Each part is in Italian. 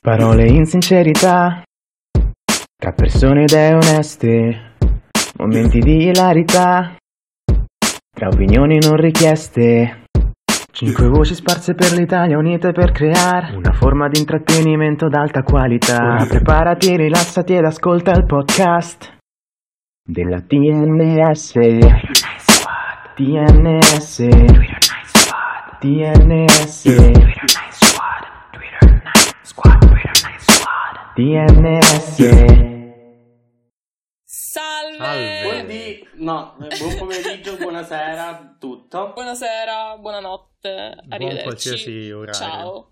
Parole in sincerità, tra persone ed idee oneste, momenti di ilarità, tra opinioni non richieste. 5 voci sparse per l'Italia unite per creare una forma di intrattenimento d'alta qualità. Ora preparati, rilassati ed ascolta il podcast della TNS. TNS. TNS. TNS. Salve. Buon pomeriggio, buonasera, tutto. Buonasera, buonanotte, arrivederci. Buon qualsiasi orario. Ciao.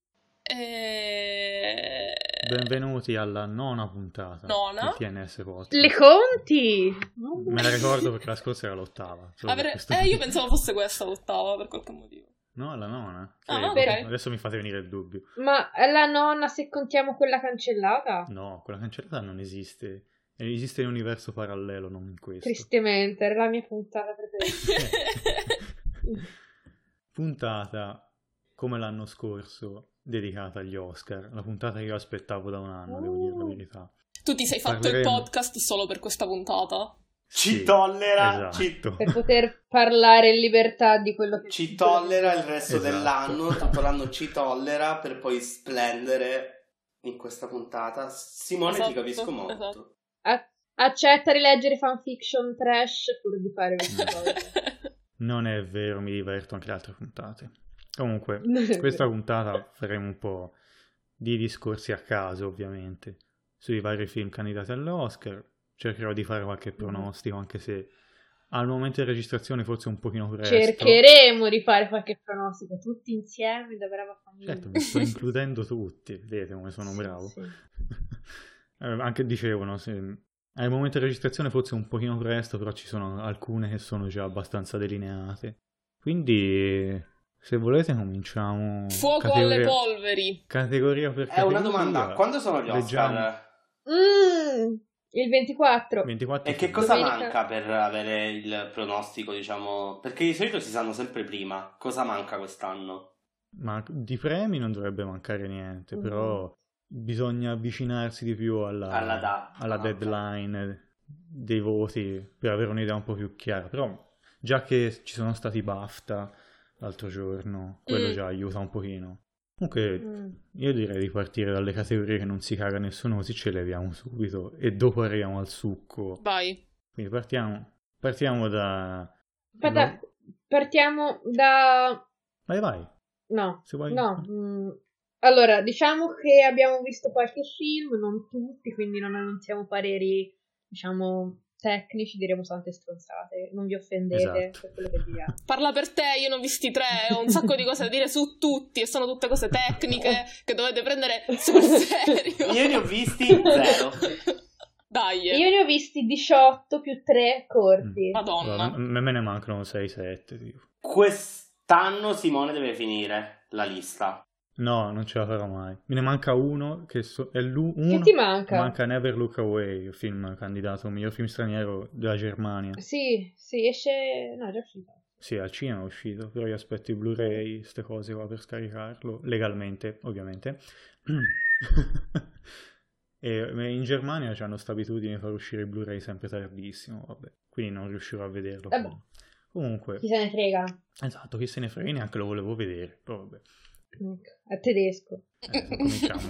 Benvenuti alla nona puntata Nona? del TNS Podcast. Le conti! Me la ricordo perché la scorsa era l'ottava. Io pensavo fosse questa l'ottava per qualche motivo. No, la nona. Ah, Credo. ok. Adesso mi fate venire il dubbio. Ma la nonna, se contiamo quella cancellata? No, quella cancellata non esiste. Esiste in un universo parallelo, non in questo. Tristemente, era la mia puntata preferita. Puntata come l'anno scorso dedicata agli Oscar. La puntata che io aspettavo da un anno, devo dire la verità. Tu ti sei fatto il Parleremo- podcast solo per questa puntata? Ci tollera, esatto. Per poter parlare in libertà di quello che ci tollera il resto Esatto. dell'anno, tutto l'anno ci tollera per poi splendere in questa puntata. Simone, ti Esatto, capisco molto. esatto. Accetta rileggere fanfiction trash pur di fare queste cose. Non è vero, mi diverto anche le altre puntate. Comunque, Non è questa vero. puntata faremo un po' di discorsi a caso, ovviamente, sui vari film candidati all'Oscar. Cercherò di fare qualche pronostico, anche se al momento di registrazione forse un pochino presto. Cercheremo di fare qualche pronostico tutti insieme da brava famiglia. Certo, mi sto includendo tutti, vedete come sono Sì, bravo. sì. Anche dicevano, al momento di registrazione forse un pochino presto, però ci sono alcune che sono già abbastanza delineate. Quindi, se volete, cominciamo. Fuoco alle polveri. Categoria per È categoria. una domanda, quando sono gli Leggiamo. Oscar? Il 24. 24 E che febbraio. cosa Domenica. manca per avere il pronostico, diciamo? Perché di solito si sanno sempre prima. Cosa manca quest'anno? Ma di premi non dovrebbe mancare niente, però bisogna avvicinarsi di più alla deadline dei voti per avere un'idea un po' più chiara. Però già che ci sono stati BAFTA l'altro giorno, quello già aiuta un pochino. Comunque io direi di partire dalle categorie che non si caga nessuno, così ce le leviamo subito e dopo arriviamo al succo. Vai. Quindi partiamo da... Aspetta, partiamo da... Vai, No, se vuoi. no. Allora, diciamo che abbiamo visto qualche film, non tutti, quindi non annunziamo pareri, diciamo, tecnici, diremo tante stronzate. Non vi offendete Esatto. per quello che diciamo. Parla per te, io ne ho visti 3, ho un sacco di cose da dire su tutti e sono tutte cose tecniche che dovete prendere sul serio. Io ne ho visti 0. Dai. Io ne ho visti 18 più 3 corti. Madonna. Allora, me ne mancano 6-7. Tipo. Quest'anno Simone deve finire la lista. No, non ce la farò mai. Me ne manca uno, che è uno. Che ti manca? Manca Never Look Away, il film candidato al miglior film straniero della Germania. Sì, esce... No, è già uscito. Sì, al cinema è uscito, però io aspetto i Blu-ray, queste cose qua per scaricarlo, legalmente, ovviamente. E in Germania hanno questa abitudine di far uscire i Blu-ray sempre tardissimo, vabbè. Quindi non riuscirò a vederlo. Vabbè. Comunque, Chi se ne frega? esatto, chi se ne frega, neanche lo volevo vedere, però vabbè. A tedesco. Cominciamo.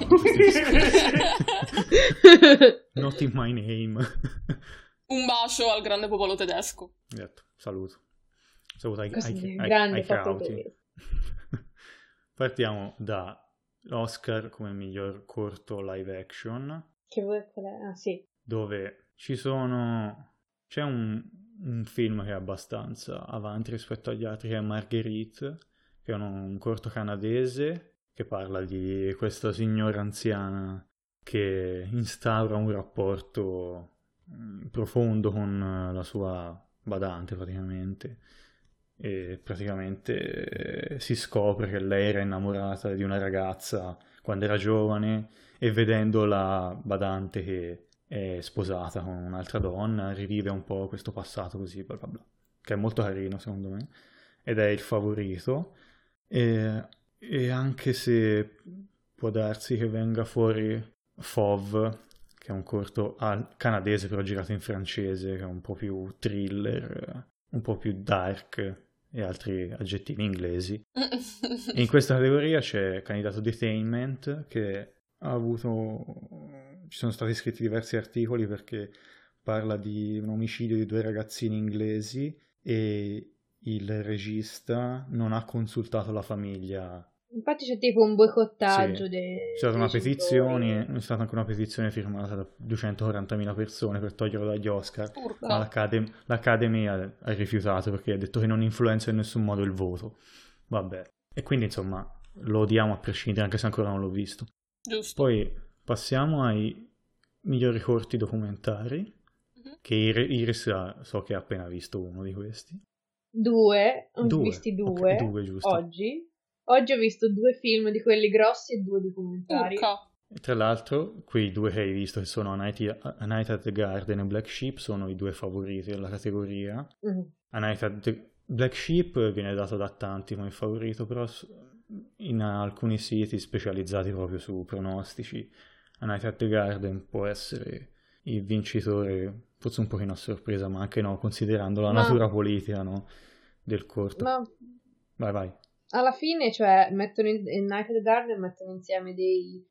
Not in my name. Un bacio al grande popolo tedesco. Esatto, saluto ai Grande popolo cauti. tedesco. Partiamo da Oscar come miglior corto live action, Che vuoi qual è? Ah, sì. dove c'è un film che è abbastanza avanti rispetto agli altri, che è Marguerite, che è un corto canadese che parla di questa signora anziana che instaura un rapporto profondo con la sua badante praticamente, e praticamente si scopre che lei era innamorata di una ragazza quando era giovane e vedendo la badante che è sposata con un'altra donna rivive un po' questo passato così bla bla bla, che è molto carino secondo me ed è il favorito, e anche se può darsi che venga fuori Fauve, che è un corto canadese però girato in francese, che è un po' più thriller, un po' più dark e altri aggettivi inglesi. E in questa categoria c'è candidato Detainment, che ha avuto... ci sono stati scritti diversi articoli perché parla di un omicidio di 2 ragazzini inglesi e il regista non ha consultato la famiglia. Infatti c'è tipo un boicottaggio C'è stata una petizione, è stata anche una petizione firmata da 240.000 persone per toglierlo dagli Oscar, ma l'Academy ha rifiutato perché ha detto che non influenza in nessun modo il voto. Vabbè. E quindi insomma lo odiamo a prescindere, anche se ancora non l'ho visto. Giusto. Poi passiamo ai migliori corti documentari, che Iris so che ha appena visto uno di questi. 2, ho visti 2 okay, 2 giusto. Oggi ho visto 2 film di quelli grossi e 2 documentari. E tra l'altro, quei 2 che hai visto, che sono A Night at the Garden e Black Sheep, sono i 2 favoriti della categoria. A Night at the Black Sheep viene dato da tanti come favorito, però in alcuni siti specializzati proprio su pronostici A Night at the Garden può essere il vincitore, forse un pochino a sorpresa, ma anche no, considerando la natura politica, no, del corto. Vai. Alla fine, cioè, mettono in Night at the Garden mettono insieme dei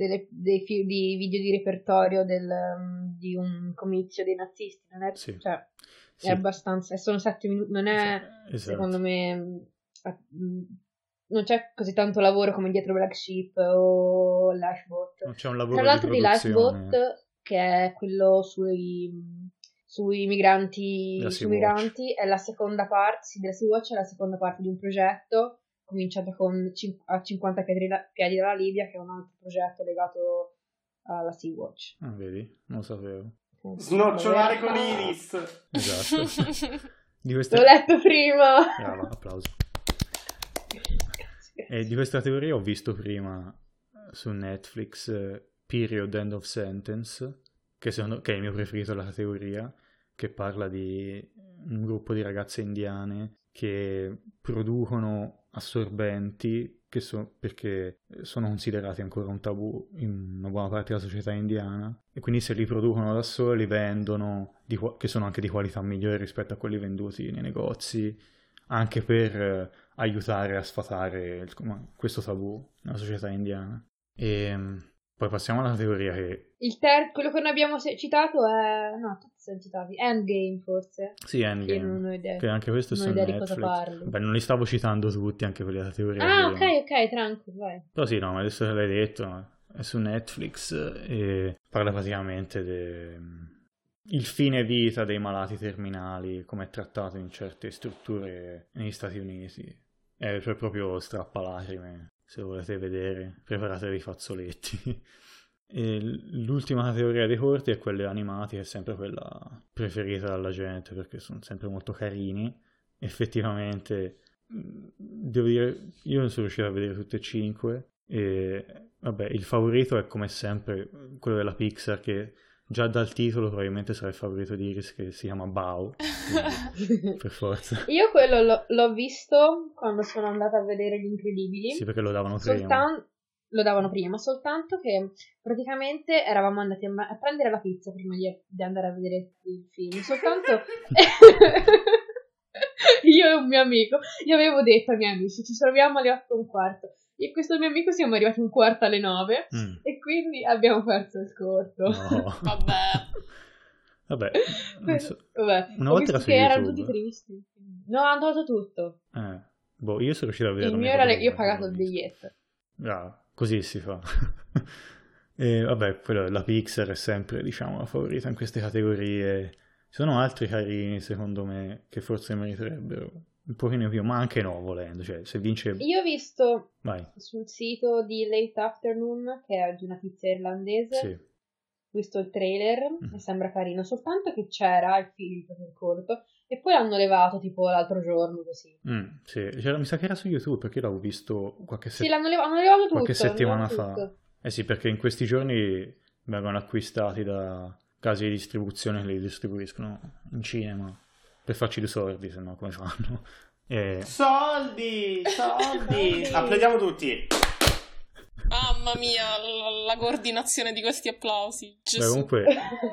video di repertorio di un comizio dei nazisti, non è? Sì. Cioè, sì. È abbastanza, sono 7 minuti, non è, esatto. Secondo me, non c'è così tanto lavoro come dietro Black Sheep o Lifeboat. Non c'è un lavoro tra l'altro di Lifeboat, che è quello sui migranti, è la seconda parte, della Sea-Watch è la seconda parte di un progetto cominciato a 50 piedi dalla Libia, che è un altro progetto legato alla Sea-Watch. Ah, vedi? Non lo sapevo. Snocciolare con Iris. Esatto. L'ho letto prima. Brava, applauso. E di questa teoria ho visto prima su Netflix Period End of Sentence, che è il mio preferito della categoria, che parla di un gruppo di ragazze indiane che producono assorbenti perché sono considerati ancora un tabù in una buona parte della società indiana, e quindi se li producono da sole li vendono, che sono anche di qualità migliore rispetto a quelli venduti nei negozi, anche per aiutare a sfatare questo tabù nella società indiana. E poi passiamo alla teoria che... quello che noi abbiamo citato è... No, tutti sono citati. Endgame, forse. Sì, Endgame. Che non ho idea. Che anche questo è su Netflix. Netflix. Di cosa parli. Beh, non li stavo citando tutti, anche quelli della teoria. Ah, ok, tranquillo, vai. Però sì, no, ma adesso che l'hai detto, è su Netflix e parla praticamente il fine vita dei malati terminali, come è trattato in certe strutture negli Stati Uniti. È proprio strappalacrime. Se lo volete vedere, preparatevi i fazzoletti. E l'ultima categoria dei corti è quelle animati, che è sempre quella preferita dalla gente perché sono sempre molto carini. Effettivamente, devo dire, io non sono riuscito a vedere tutte e 5 e vabbè, il favorito è come sempre quello della Pixar, che già dal titolo probabilmente sarà il favorito di Iris, che si chiama Bao, per forza. Io quello l'ho visto quando sono andata a vedere Gli Incredibili. Sì, perché lo davano prima. Lo davano prima, soltanto che praticamente eravamo andati a prendere la pizza prima di andare a vedere il film. Soltanto io e un mio amico, io avevo detto ai miei amici, ci troviamo alle 8:15. E questo mio amico siamo arrivati 8:15 alle 9 e quindi abbiamo perso il corto. No. Vabbè, una ho volta visto su che erano YouTube. tutti tristi. No, hanno dato tutto. Io sono riuscito a vedere. Il mio era io ho pagato il biglietto. Così si fa. E vabbè, la Pixar è sempre, diciamo, la favorita in queste categorie. Ci sono altri carini, secondo me, che forse meriterebbero un pochino più, ma anche no, volendo, cioè se vince... Io ho visto Vai. sul sito di Late Afternoon, che è di una tizia irlandese, Sì. ho visto il trailer e sembra carino, soltanto che c'era il film del corto e poi l'hanno levato tipo l'altro giorno così. Sì, mi sa che era su YouTube, perché io l'avevo visto Sì, hanno levato tutto. qualche settimana fa. Tutto. Sì, perché in questi giorni vengono acquistati da case di distribuzione che li distribuiscono in cinema per farci due soldi, se no come fanno? Soldi! Applaudiamo tutti! Mamma mia, la coordinazione di questi applausi. Beh, Gesù. comunque,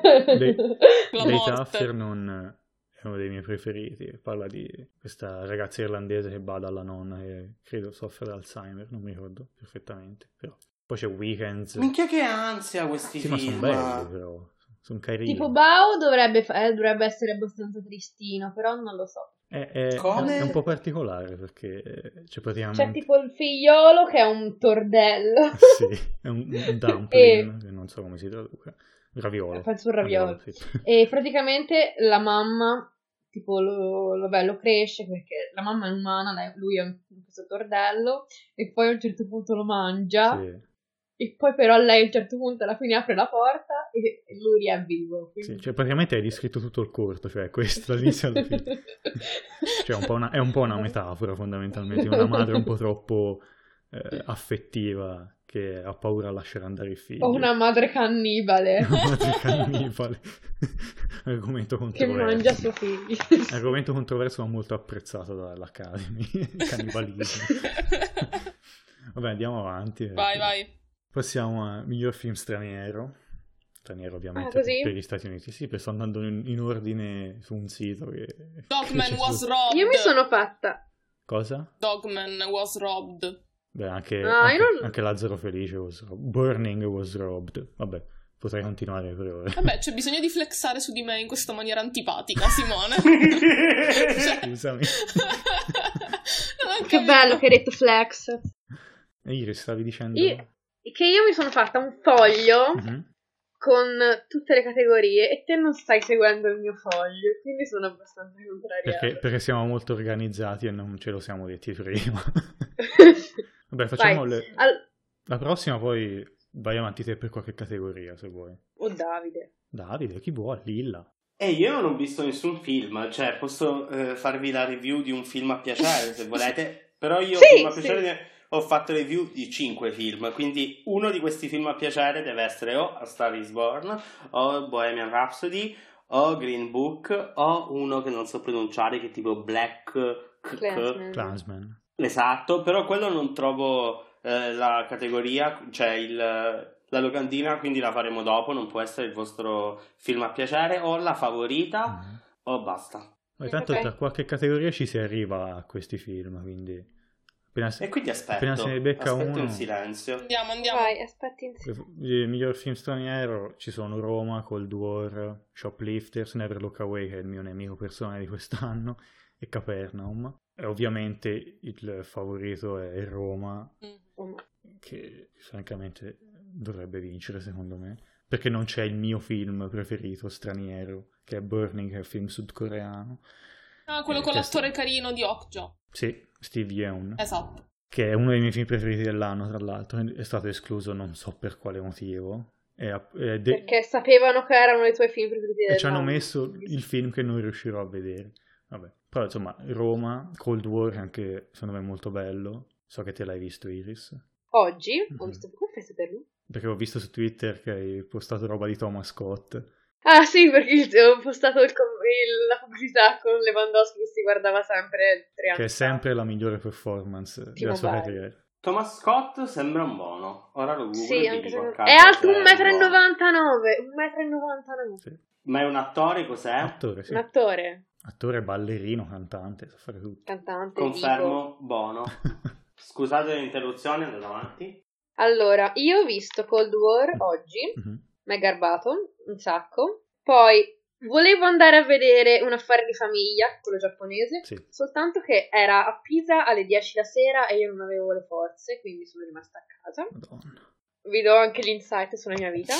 La Late morte. Afternoon è uno dei miei preferiti. Parla di questa ragazza irlandese che bada alla nonna che credo soffre di Alzheimer, non mi ricordo perfettamente. Però. Poi c'è Weekends. Minchia che ansia questi Sì, ma film. sono belli però. Sono carini. Tipo Bao dovrebbe essere abbastanza tristino, però non lo so. Come? È un po' particolare perché c'è praticamente... C'è tipo il figliolo che è un tordello. Sì, è un dumpling, che non so come si traduca. Raviolo. Penso un raviolo. Sì. E praticamente la mamma, tipo, lo cresce perché la mamma è umana, lui è questo tordello, e poi a un certo punto lo mangia. Sì. E poi però lei a un certo punto alla fine apre la porta e lui è vivo. Quindi... Sì, cioè praticamente hai descritto tutto il corto, cioè questo dall'inizio alla fine. Cioè è un po' una metafora fondamentalmente, una madre un po' troppo affettiva che ha paura a lasciare andare il figlio. O una madre cannibale. Una madre cannibale. Argomento Che controverso. mangia suo figlio. Argomento controverso ma molto apprezzato dall'Academy. Cannibalismo. Vabbè, andiamo avanti. Vai. Passiamo a miglior film straniero. Straniero ovviamente così? per gli Stati Uniti. Sì, perché sto andando in ordine su un sito che Dogman c'è was su- robbed. Io mi sono fatta. Cosa? Dogman was robbed. Beh, anche, Ah, anche, io non- anche Lazzaro Felice was robbed. Burning was robbed. Vabbè, potrei continuare per ore. Vabbè, c'è bisogno di flexare su di me in questa maniera antipatica, Simone. Cioè- Scusami. Non ho Che capito. bello che hai detto flex. E Iris, stavi dicendo? Che io mi sono fatta un foglio Mhm. con tutte le categorie e te non stai seguendo il mio foglio, quindi sono abbastanza contrariata. Perché siamo molto organizzati e non ce lo siamo detti prima. Vabbè, facciamo Vai. la prossima, poi vai avanti te per qualche categoria se vuoi. Oh Davide. Davide, chi vuole? Lilla. Io non ho visto nessun film, cioè posso farvi la review di un film a piacere se volete, però io Sì, film a sì. piacere ho fatto review di 5 film, quindi uno di questi film a piacere deve essere o A Star is Born, o Bohemian Rhapsody, o Green Book, o uno che non so pronunciare, che è tipo Black Klansman. Klansman. Esatto, però quello non trovo la categoria, cioè la locandina, quindi la faremo dopo, non può essere il vostro film a piacere, o la favorita, o basta. Beh, tanto Ok. tra qualche categoria ci si arriva a questi film, quindi E quindi appena se ne becca aspetto uno. in silenzio. Andiamo. Vai, aspetti in Il miglior film straniero ci sono Roma, Cold War, Shoplifters, Never Look Away, che è il mio nemico personale di quest'anno, e Capernaum. E ovviamente il favorito è Roma, che francamente dovrebbe vincere secondo me, perché non c'è il mio film preferito straniero, che è Burning, che è il film sudcoreano. Ah, quello con che l'attore carino di Okja. Sì, Steve Yeun. Esatto. Che è uno dei miei film preferiti dell'anno, tra l'altro, è stato escluso non so per quale motivo. Perché sapevano che erano i tuoi film preferiti E ci hanno dell'anno. messo il film che non riuscirò a vedere. Vabbè. Però insomma, Roma, Cold War, anche secondo me è molto bello. So che te l'hai visto, Iris. Oggi ho Mhm. visto, come fai a saperlo? Perché ho visto su Twitter che hai postato roba di Thomas Scott. Ah sì, perché ho postato la pubblicità con Lewandowski che si guardava sempre 3 anni Che è fa. sempre la migliore performance della sua vai. carriera. Thomas Scott sembra un buono. Ora lo googlo Sì, e vi anche se dico a non... caso È alto se è 1,99 buono. 1,99 m. Sì. Ma è un attore, cos'è? Attore, sì. Un attore, Attore, ballerino, cantante, sa fare tutto. cantante, vivo. Confermo, buono. Scusate l'interruzione, andate avanti. Allora, io ho visto Cold War oggi, Mhm. mi è garbato un sacco. Poi volevo andare a vedere Un affare di famiglia, quello giapponese, Sì. soltanto che era a Pisa alle 10 la sera e io non avevo le forze, quindi sono rimasta a casa. Madonna. Vi do anche l'insight sulla mia vita.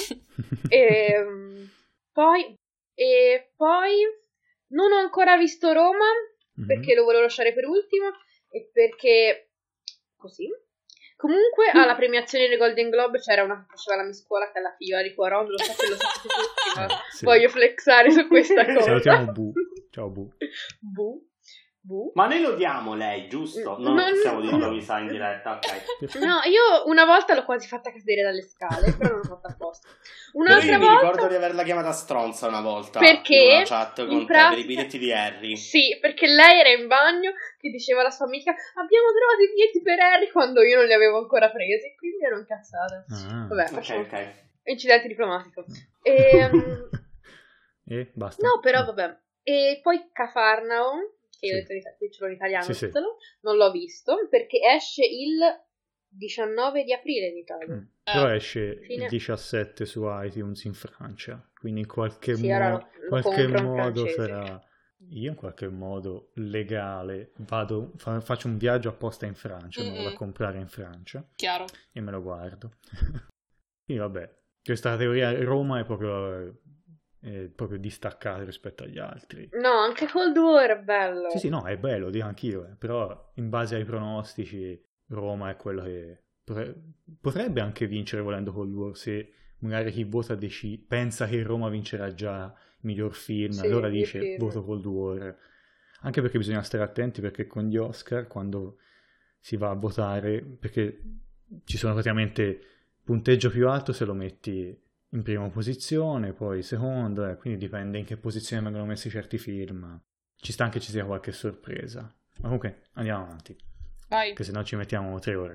Poi non ho ancora visto Roma, Mhm. perché lo volevo lasciare per ultimo e perché così. Comunque alla premiazione dei Golden Globe c'era una che faceva la mia scuola che è la figlia di Quaron, lo so che lo sapete tutti, ma Sì. voglio flexare su questa cosa. Salutiamo Bu. Ciao Bu. Bu. Ma noi lo diamo lei, giusto? Non stiamo dicendo mi sa in diretta, ok. No, io una volta l'ho quasi fatta cadere dalle scale, però non l'ho fatta apposta. Un'altra volta... mi ricordo di averla chiamata stronza una volta. Perché? In una chat con te per i biglietti di Harry. Sì, perché lei era in bagno che diceva alla sua amica abbiamo trovato i biglietti per Harry quando io non li avevo ancora presi, quindi ero incazzata. Vabbè, facciamo incidente diplomatico. E basta. No, però vabbè. E poi Cafarnaum, che io ho detto che ce l'ho in italiano, sì. Non l'ho visto perché esce il 19 di aprile in Italia. Però esce il 17 su iTunes in Francia, quindi in qualche modo sarà... Io in qualche modo legale faccio un viaggio apposta in Francia, me lo vado a comprare in Francia. Chiaro. E me lo guardo. Quindi vabbè, questa teoria Roma è proprio distaccato rispetto agli altri. No, anche Cold War è bello. Sì, no, è bello, dico anch'io, però in base ai pronostici Roma è quello che potrebbe anche vincere volendo Cold War, se magari chi vota pensa che Roma vincerà già miglior film, allora dice voto Cold War. Anche perché bisogna stare attenti, perché con gli Oscar, quando si va a votare, perché ci sono praticamente punteggio più alto se lo metti in prima posizione, poi secondo, quindi dipende in che posizione vengono messi certi film. Ci sta anche ci sia qualche sorpresa. Ma comunque andiamo avanti. Vai. Che se no ci mettiamo 3 ore.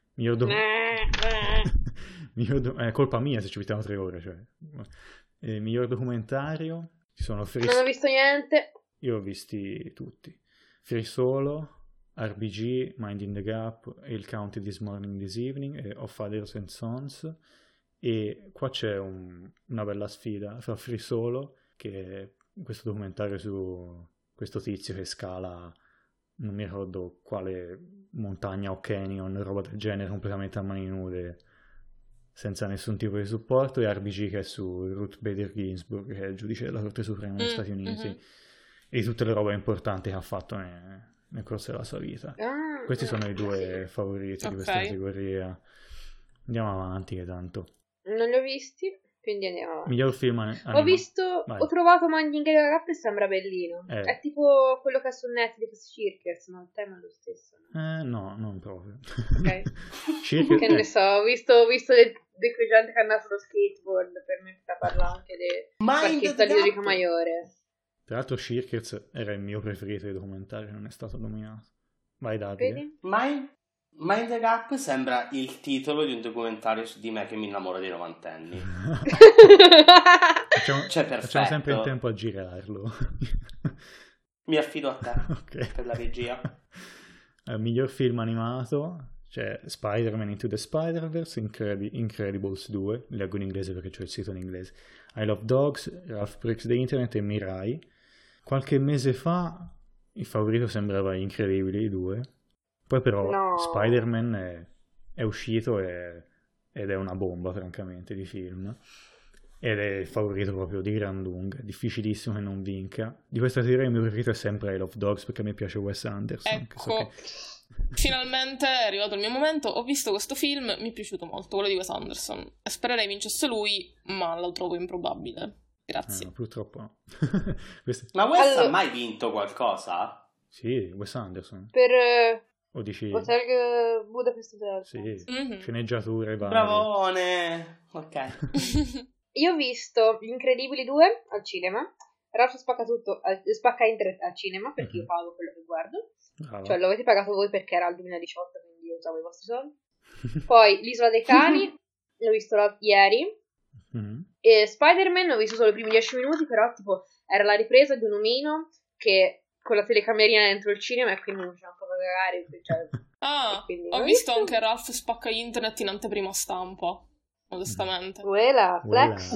È colpa mia se ci mettiamo 3 ore, cioè. Miglior documentario, ci sono Non ho visto niente. Io ho visti tutti. Free Solo, RBG, Mind in the Gap, Il County This Morning This Evening e Of Fathers and Sons. E qua c'è una bella sfida fra Free Solo, che è questo documentario su questo tizio che scala, non mi ricordo quale montagna o canyon, roba del genere, completamente a mani nude, senza nessun tipo di supporto, e RBG che è su Ruth Bader Ginsburg, che è il giudice della Corte Suprema degli Stati Uniti, e di tutte le robe importanti che ha fatto nel corso della sua vita. Questi sono i 2 favoriti di questa categoria. Andiamo avanti, che tanto non li ho visti, quindi andiamo avanti. Miglior film ho trovato Mind in the Gap e sembra bellino. È tipo quello che è su Netflix, Circus, ma il tema è lo stesso. No, non proprio. Ok. Circus, che ne so, ho visto gente che andava sullo skateboard, per me sta parlando anche di Marchetta di Rica Maiore. Tra l'altro Circus era il mio preferito dei documentari, non è stato nominato. Vai Davide. Mind the Gap sembra il titolo di un documentario su di me che mi innamoro dei 90enni. Facciamo sempre in tempo a girarlo. Mi affido a te okay. Per la regia. Miglior film animato c'è Spider-Man Into the Spider-Verse, Incredibles 2, leggo in inglese perché c'ho il sito in inglese, I Love Dogs, Ralph Breaks the Internet e Mirai. Qualche mese fa il favorito sembrava Incredibili 2. Poi però Spider-Man è uscito ed è una bomba, francamente, di film. Ed è il favorito proprio di gran lunga. È difficilissimo che non vinca. Di questa serie il mio preferito è sempre I Love Dogs, perché a me piace Wes Anderson. Ecco, finalmente è arrivato il mio momento. Ho visto questo film, mi è piaciuto molto, quello di Wes Anderson. E spererei vincesse lui, ma lo trovo improbabile. Grazie. No, purtroppo no. Ma Wes ha mai vinto qualcosa? Sì, Wes Anderson. Per... O dici... Hotel Budapest Hotel. Sì, sceneggiature varie. Bravone! Ok. Io ho visto Gli Incredibili 2 al cinema. Ralph spacca internet al cinema, perché io pago quello che guardo. Brava. Cioè, lo avete pagato voi perché era il 2018, quindi io usavo i vostri soldi. Poi L'Isola dei Cani, l'ho visto ieri. E Spider-Man ho visto solo i primi 10 minuti, però tipo era la ripresa di un omino che con la telecamerina dentro il cinema e quindi non c'è un po' da cagare. Ho visto anche Ralph spacca internet in anteprima stampa, modestamente. Flex.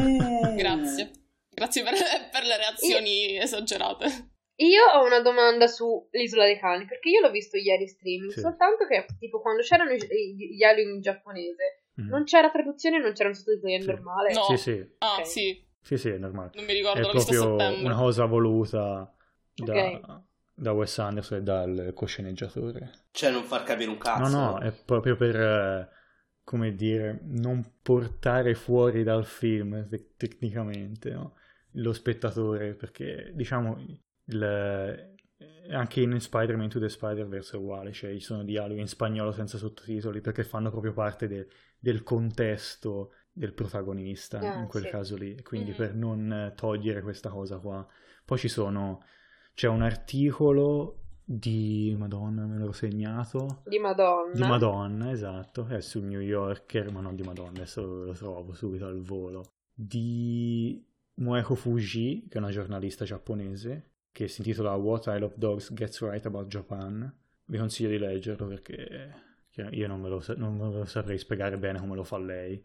Grazie per le reazioni esagerate. Io ho una domanda su L'Isola dei Cani, perché io l'ho visto ieri streaming, soltanto che tipo quando c'erano gli alieni in giapponese non c'era traduzione, non c'erano sottotitoli, è normale? No. Sì. Ah, okay. Sì, è normale. Non mi ricordo, è l'ho visto a proprio settembre. Una cosa voluta da Wes Anderson e dal cosceneggiatore. Cioè non far capire un cazzo. No, è proprio per, come dire, non portare fuori dal film tecnicamente, no? Lo spettatore, perché diciamo il anche in Spider-Man Into the Spider-Verse è uguale, cioè ci sono dialoghi in spagnolo senza sottotitoli perché fanno proprio parte del contesto del protagonista in quel caso lì, quindi per non togliere questa cosa qua. Poi c'è un articolo di Madonna, me l'ho segnato. Di Madonna, esatto, è sul New Yorker, ma non di Madonna, adesso lo trovo subito al volo, di Moeko Fujii, che è una giornalista giapponese, che si intitola What I Love Dogs Gets Right About Japan. Vi consiglio di leggerlo perché io non me lo saprei spiegare bene come lo fa lei,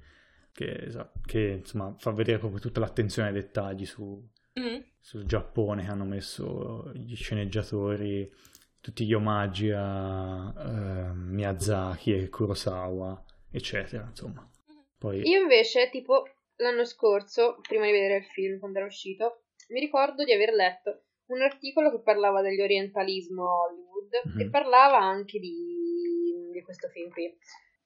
che insomma fa vedere proprio tutta l'attenzione ai dettagli sul Giappone che hanno messo gli sceneggiatori, tutti gli omaggi a Miyazaki e Kurosawa, eccetera, insomma. Poi... Io invece, tipo, l'anno scorso, prima di vedere il film, quando era uscito, mi ricordo di aver letto un articolo che parlava dell'orientalismo Hollywood e parlava anche di questo film qui.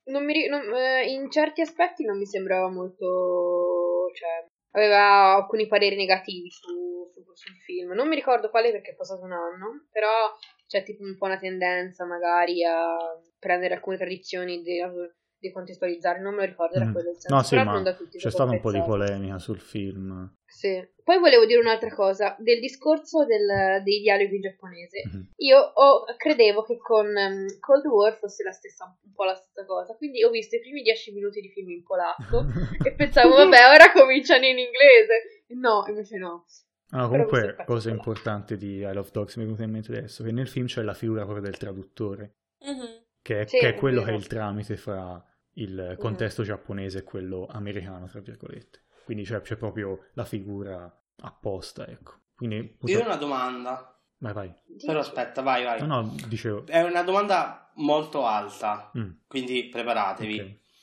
In certi aspetti non mi sembrava molto... cioè, aveva alcuni pareri negativi sul film. Non mi ricordo quale perché è passato un anno, però c'è tipo un po' una tendenza magari a prendere alcune tradizioni di contestualizzare, non me lo ricordo, era quello il senso. No, sì, però ma non da tutti c'è stata un po' di polemica sul film. Sì. Poi volevo dire un'altra cosa, del discorso dei dialoghi giapponesi. Io credevo che con Cold War fosse un po' la stessa cosa, quindi ho visto i primi 10 minuti di film in polacco e pensavo, vabbè, ora cominciano in inglese. No, invece no. Comunque, cosa importante di I Love Dogs mi è venuta in mente adesso, che nel film c'è la figura proprio del traduttore, che è quello che è il tramite fra il contesto giapponese e quello americano, tra virgolette. Quindi c'è proprio la figura apposta, ecco. Quindi, io ho una domanda. Vai. Però aspetta, vai. No, dicevo. È una domanda molto alta, quindi preparatevi.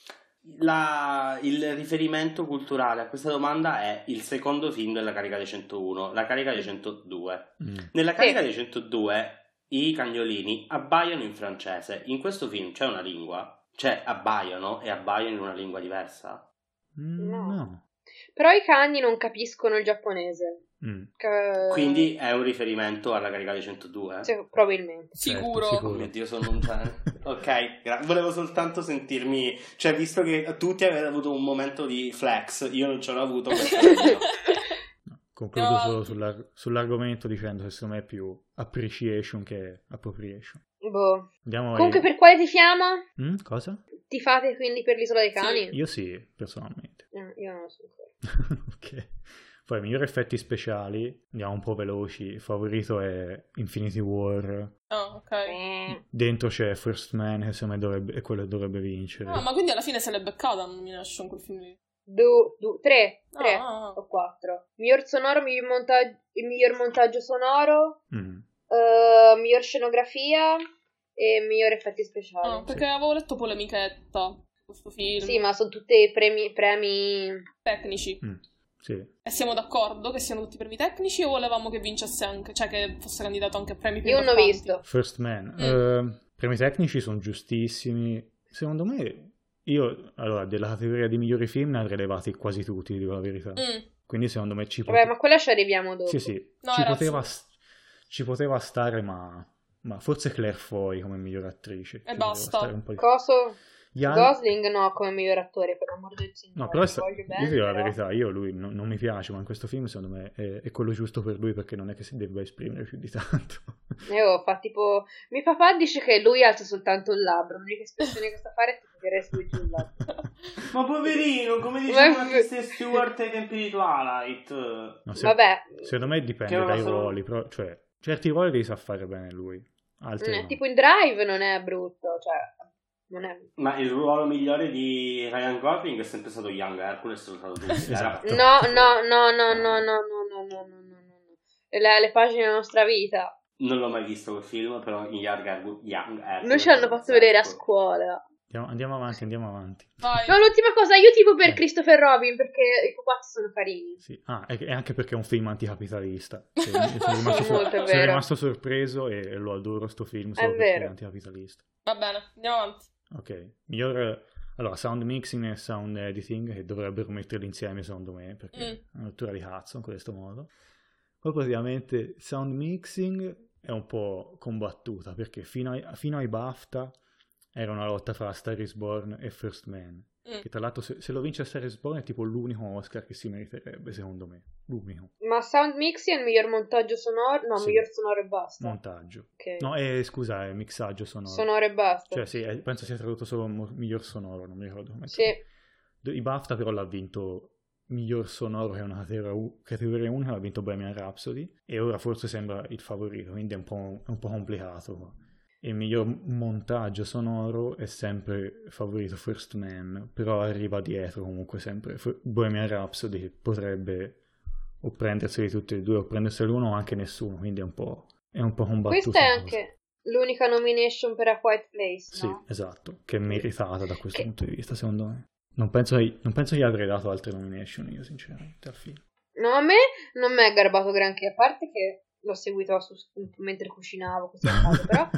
Okay. Il riferimento culturale a questa domanda è il secondo film della Carica dei 101, la Carica dei 102. Nella Carica dei 102 i cagnolini abbaiano in francese. In questo film c'è una lingua? Cioè abbaiano in una lingua diversa? No. Però i cani non capiscono il giapponese. Quindi è un riferimento alla Carica dei 102? Sì, probabilmente. Sicuro. Oh mio Dio, sono un genere. Ok, volevo soltanto sentirmi, cioè visto che tutti avete avuto un momento di flex, io non ce l'ho avuto. Concludo solo sull'argomento dicendo che secondo me è più appreciation che appropriation. Boh. Comunque per quale tifiamo? Cosa? Tifate quindi per l'Isola dei Cani? Sì. Io sì, personalmente. Io non lo so ancora. Ok. Poi, migliori effetti speciali, andiamo un po' veloci. Il favorito è Infinity War. Ok. Dentro c'è First Man, che secondo me è quello che dovrebbe vincere. Ma quindi alla fine se l'è beccata Nomination quel film lì? 3 o 4. Miglior sonoro, miglior montaggio sonoro, miglior scenografia e miglior effetti speciali. Perché avevo letto polemichetta questo film. Sì, ma sono tutti premi tecnici. Sì. E siamo d'accordo che siano tutti premi tecnici o volevamo che vincesse anche, cioè che fosse candidato anche a premi più importanti? Io non ho visto First Man. Premi tecnici sono giustissimi. Secondo me, allora, della categoria di migliori film ne avrei levati quasi tutti, dico la verità. Quindi secondo me Vabbè, ma quella ci arriviamo dopo. Sì. No, ci poteva stare, ma forse Claire Foy come miglior attrice. E basta. Coso? Gosling no, come miglior attore, per l'amor del Signore. No, però io dico la verità, lui non mi piace, ma in questo film secondo me è quello giusto per lui, perché non è che si debba esprimere più di tanto. Fa tipo, mio papà dice che lui alza soltanto il labbro, l'unica espressione che sa fare è tipo che resta giù il labbro. Ma poverino, come diceva Kristen Stewart ai tempi di Twilight. No, vabbè, secondo me dipende dai ruoli, però, cioè certi ruoli li sa fare bene lui, altri no. Tipo in Drive non è brutto, cioè non è... Ma il ruolo migliore di Ryan Gosling è sempre stato Young Hercules, sono stato tutti. Esatto. No. Le pagine della nostra vita. Non l'ho mai visto quel film, però in Young Hercules. Noi ce l'hanno fatto vedere a scuola. Andiamo avanti. Vai. No, l'ultima cosa, io tipo per Christopher Robin, perché i pupazzi sono carini. Sì. E anche perché è un film anticapitalista. Sono rimasto sorpreso e lo adoro sto film solo perché è anticapitalista. Va bene, andiamo avanti. Ok, allora sound mixing e sound editing, che dovrebbero metterli insieme secondo me, perché è una rottura di cazzo in questo modo. Poi praticamente sound mixing è un po' combattuta, perché fino ai BAFTA era una lotta fra Star is Born e First Man, che tra l'altro se lo vince Star is Born è tipo l'unico Oscar che si meriterebbe, secondo me, l'unico. Ma sound mixing è il miglior montaggio sonoro? No, sì. Miglior sonoro e basta. Montaggio. Okay. No, scusa, è mixaggio sonoro. Sonoro e basta. Cioè sì, penso sia tradotto solo miglior sonoro, non mi ricordo come. Sì. I BAFTA però l'ha vinto miglior sonoro, che è una categoria unica, l'ha vinto Bohemian Rhapsody, e ora forse sembra il favorito, quindi è un po' complicato. Il miglior montaggio sonoro è sempre favorito First Man, però arriva dietro comunque sempre Bohemian Rhapsody, che potrebbe o prenderseli tutti e due o prenderseli uno o anche nessuno, quindi è un po' combattuto. Questa è anche l'unica nomination per A Quiet Place, no? Sì, esatto, che è meritata da questo punto di vista, secondo me. Non penso gli avrei dato altre nomination io, sinceramente, al film. No, a me non mi è garbato granché, a parte che l'ho seguito mentre cucinavo, così a caso, però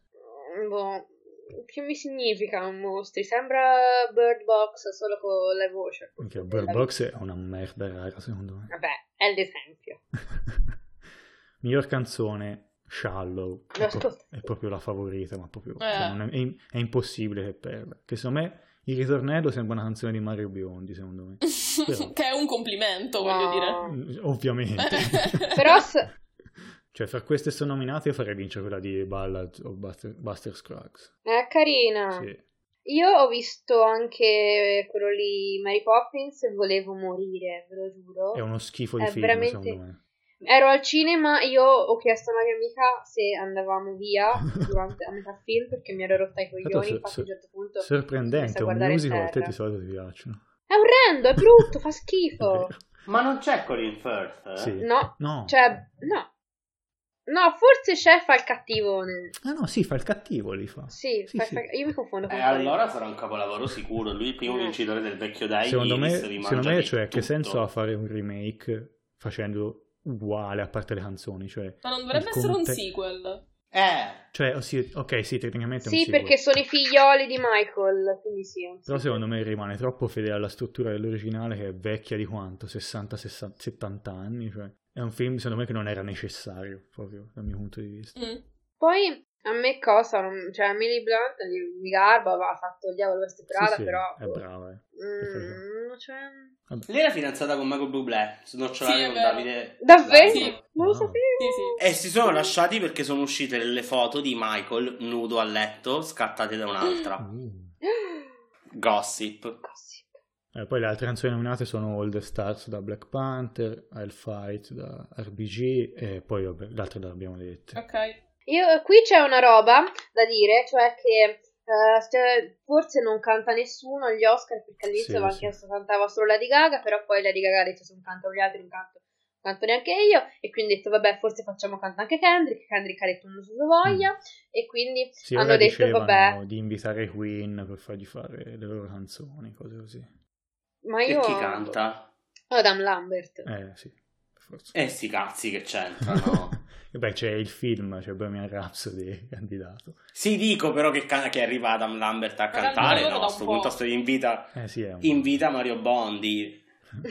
che mi significa un mostri? Sembra Bird Box solo con le voci. Perché Bird Box è una merda rara, secondo me. Vabbè, è l'esempio. Miglior canzone, Shallow, è proprio la favorita, ma proprio è impossibile che perda. Che secondo me il ritornello sembra una canzone di Mario Biondi, secondo me. Però, che è un complimento, voglio dire. Ovviamente. Però cioè, fra queste sono nominate, io farei vincere quella di Ballad of Buster Scruggs. È carina. Sì. Io ho visto anche quello lì, Mary Poppins, e volevo morire, ve lo giuro. È uno schifo di film, veramente... secondo me. Ero al cinema, io ho chiesto a una mia amica se andavamo via durante a metà film, perché mi ero rotta i coglioni, infatti a un certo punto sorprendente, un musical a te di solito ti piacciono. È orrendo, è brutto, fa schifo. Ma non c'è Colin Firth? Sì. No, cioè, no, forse c'è, fa il cattivone. Ah no, sì, fa il cattivo lì fa. Sì. Io mi confondo con allora sarà un capolavoro sicuro, lui il primo vincitore del vecchio Dai. Secondo me cioè, che senso ha fare un remake facendo uguale a parte le canzoni, cioè ma non dovrebbe essere un sequel? Cioè, ok, sì, tecnicamente è un sequel. Sì, perché sono i figlioli di Michael, quindi sì. Però secondo me rimane troppo fedele alla struttura dell'originale, che è vecchia di quanto? 60-70 anni, cioè è un film secondo me che non era necessario, proprio dal mio punto di vista. Poi a me cosa, cioè Emily Blunt mi garba, ha fatto Il diavolo veste Prada, sì, però è brava, cioè... Lei era fidanzata con Michael Bublé, snocciolare con Davide. Davvero? Sì. Non lo sapevo. Sì. E si sono lasciati perché sono uscite delle foto di Michael nudo a letto scattate da un'altra. Gossip. Poi le altre canzoni nominate sono All the Stars da Black Panther, I'll Fight da RBG, e poi vabbè, le altre le abbiamo dette. Ok. Qui c'è una roba da dire, cioè che forse non canta nessuno agli Oscar, perché all'inizio aveva chiesto cantava solo Lady Gaga, però poi Lady Gaga ha detto se non cantano gli altri non canto neanche io, e quindi ha detto vabbè, forse facciamo cantare anche Kendrick ha detto non so se voglia, e quindi hanno detto vabbè, di invitare Queen per fargli fare le loro canzoni, cose così. Ma io... E chi canta? Adam Lambert. Sì, forse. Sti cazzi che c'entrano. Beh, c'è il film, c'è Bohemian Rhapsody candidato. Sì, dico però che arriva Adam Lambert a cantare, no? A questo punto invita Mario Bondi.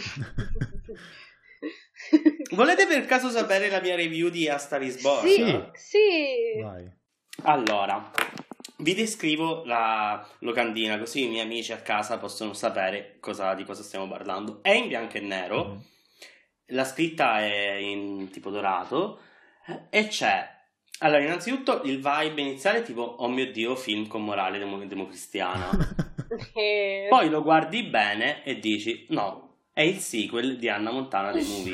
Volete per caso sapere la mia review di A Star is Born? Sì. Vai. Allora, vi descrivo la locandina così i miei amici a casa possono sapere di cosa stiamo parlando. È in bianco e nero, la scritta è in tipo dorato e c'è, allora, innanzitutto il vibe iniziale è tipo oh mio Dio, film con morale democristiana. Poi lo guardi bene e dici no, è il sequel di Hannah Montana dei movie.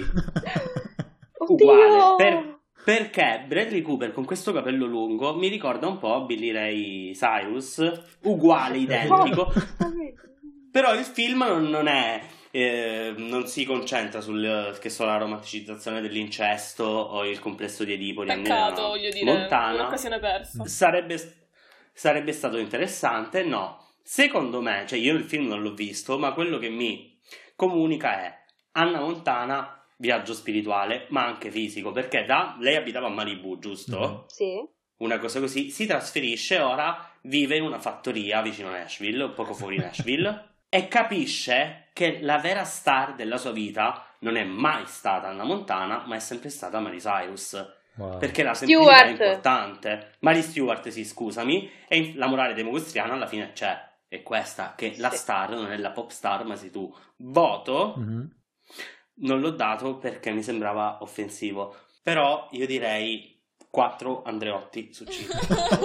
Uguale, perché Bradley Cooper con questo capello lungo mi ricorda un po' Billy Ray Cyrus, uguale, identico. Però il film non si concentra sulla romanticizzazione dell'incesto o il complesso di Edipo di Peccato, voglio dire, Montana. Un'occasione persa. Sarebbe stato interessante, no. Secondo me, cioè io il film non l'ho visto, ma quello che mi comunica è Hannah Montana, viaggio spirituale, ma anche fisico, perché lei abitava a Malibu, giusto? Sì. Una cosa così, si trasferisce, ora vive in una fattoria vicino a Nashville, poco fuori Nashville, e capisce che la vera star della sua vita non è mai stata Hannah Montana, ma è sempre stata Miley Cyrus. Wow. Perché la semplicità è Stewart. importante. Mary Stewart, sì, scusami. E la morale democristiana alla fine c'è. È questa, che la star non è la pop star, ma sei tu. Voto. Non l'ho dato perché mi sembrava offensivo. Però io direi 4 Andreotti su 5.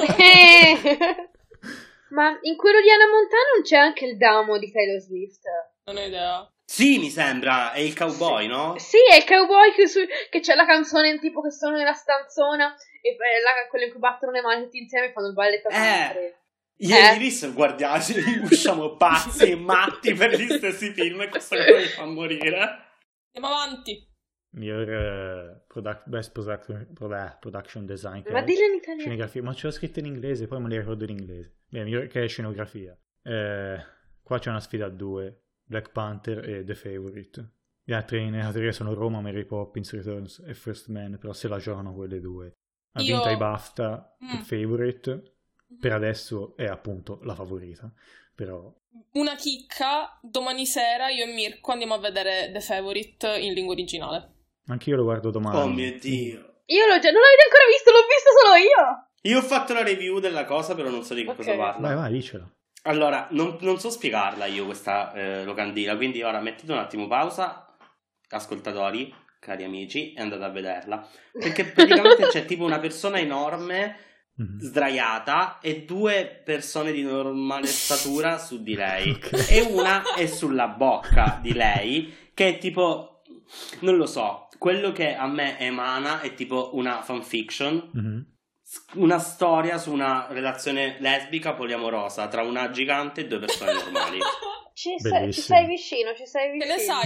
Ma in quello di Hannah Montana non c'è anche il Damo di Taylor Swift? Non ho idea. Sì, mi sembra. È il cowboy, no? Sì, è il cowboy che c'è la canzone tipo che sono nella stanzona e quello in cui battono le mani tutti insieme e fanno il balletto a mentre. Ieri lì guardiamo, usciamo pazzi e matti per gli stessi film e questa cosa mi fa morire. Andiamo avanti. Miglior best production design. Ma dillo in italiano. Scenografia, ma ce l'ho scritto in inglese, poi me li ricordo in inglese. Miglior che è scenografia. Qua c'è una sfida a 2, Black Panther e The Favourite. Gli altri in teoria sono Roma, Mary Poppins, Returns e First Man, però se la giocano quelle due. Ha vinto i BAFTA, The Favourite, per adesso è appunto la favorita, però... Una chicca, domani sera io e Mirko andiamo a vedere The Favourite in lingua originale. Anch'io lo guardo domani. Oh mio Dio. Io non l'avete ancora visto, l'ho visto solo io. Io ho fatto la review della cosa, però non so di che cosa parla. Vai, dicela. Allora, non so spiegarla io questa locandina, quindi ora mettete un attimo pausa, ascoltatori, cari amici, e andate a vederla. Perché praticamente c'è tipo una persona enorme sdraiata e 2 persone di normale statura su di lei. Okay. E una è sulla bocca di lei, che è tipo, non lo so, quello che a me emana è tipo una fanfiction, una storia su una relazione lesbica poliamorosa tra una gigante e 2 persone normali. Ci sei vicino. Che ne sai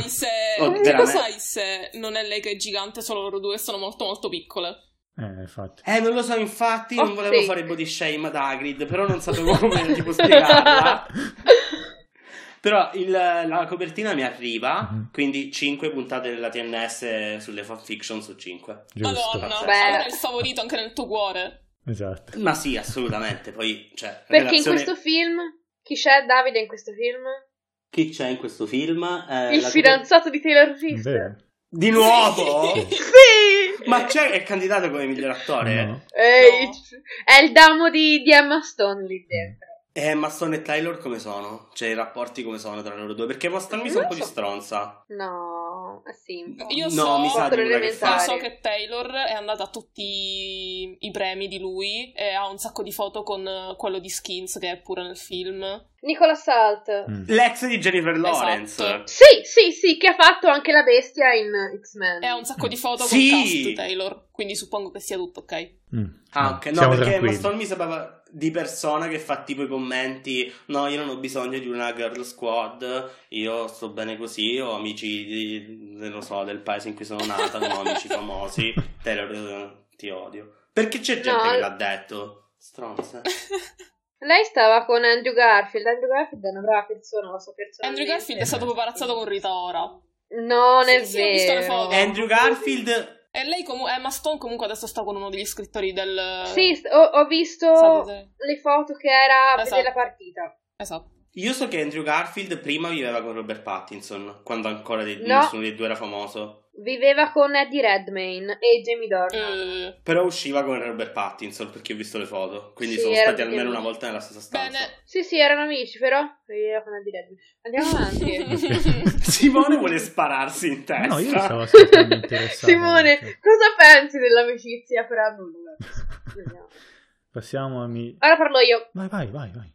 se non è lei che è gigante, solo loro 2 sono molto molto piccole? Infatti. Non lo so, infatti non volevo fare body shame ad Hagrid, però non sapevo come tipo spiegarla. Però la copertina mi arriva, quindi 5 puntate della TNS sulle fanfiction su 5. Giusto. Madonna, allora è il favorito anche nel tuo cuore. Esatto. Ma sì, assolutamente. Poi, perché in questo film, chi c'è Davide in questo film? Chi c'è in questo film? Il fidanzato di Taylor Swift. Di nuovo? Sì! Ma è candidato come miglior attore? No. È il Damo di Emma Stone lì dentro. E Emma Stone e Taylor come sono? Cioè i rapporti come sono tra loro due? Perché Emma Stone mi sa un po' di stronza. No, sì. Io mi sa di una che fa. So che Taylor è andata a tutti i premi di lui e ha un sacco di foto con quello di Skins che è pure nel film. Nicola Salt. L'ex di Jennifer Lawrence. Esatto. Sì, che ha fatto anche la bestia in X-Men. E ha un sacco di foto con cast Taylor, quindi suppongo che sia tutto ok. Ok, no, perché Emma Stone mi sapeva di persona che fa tipo i commenti: no, io non ho bisogno di una girl squad, io sto bene così, ho amici non lo so, del paese in cui sono nata, non ho amici famosi. Taylor, ti odio. Perché c'è gente che l'ha detto? Stronza. Lei stava con Andrew Garfield. Andrew Garfield è una brava persona, la sua persona. Andrew Garfield è stato paparazzato con Rita Ora. Non è Ho visto le foto. Andrew Garfield. E lei Emma Stone comunque adesso sta con uno degli scrittori del... Sì, ho visto le foto che era della partita. Esatto. Io so che Andrew Garfield prima viveva con Robert Pattinson, quando ancora nessuno dei due era famoso. Viveva con Eddie Redmayne e Jamie Dornan. Però usciva con Robert Pattinson, perché ho visto le foto. Quindi sono stati almeno una volta nella stessa stanza. Bene. Sì, erano amici, però viveva con Eddie Redmayne. Andiamo avanti. Simone vuole spararsi in testa. No, io stavo assolutamente interessato. Simone, cosa pensi dell'amicizia fra nulla? Passiamo a Ora parlo io. Vai.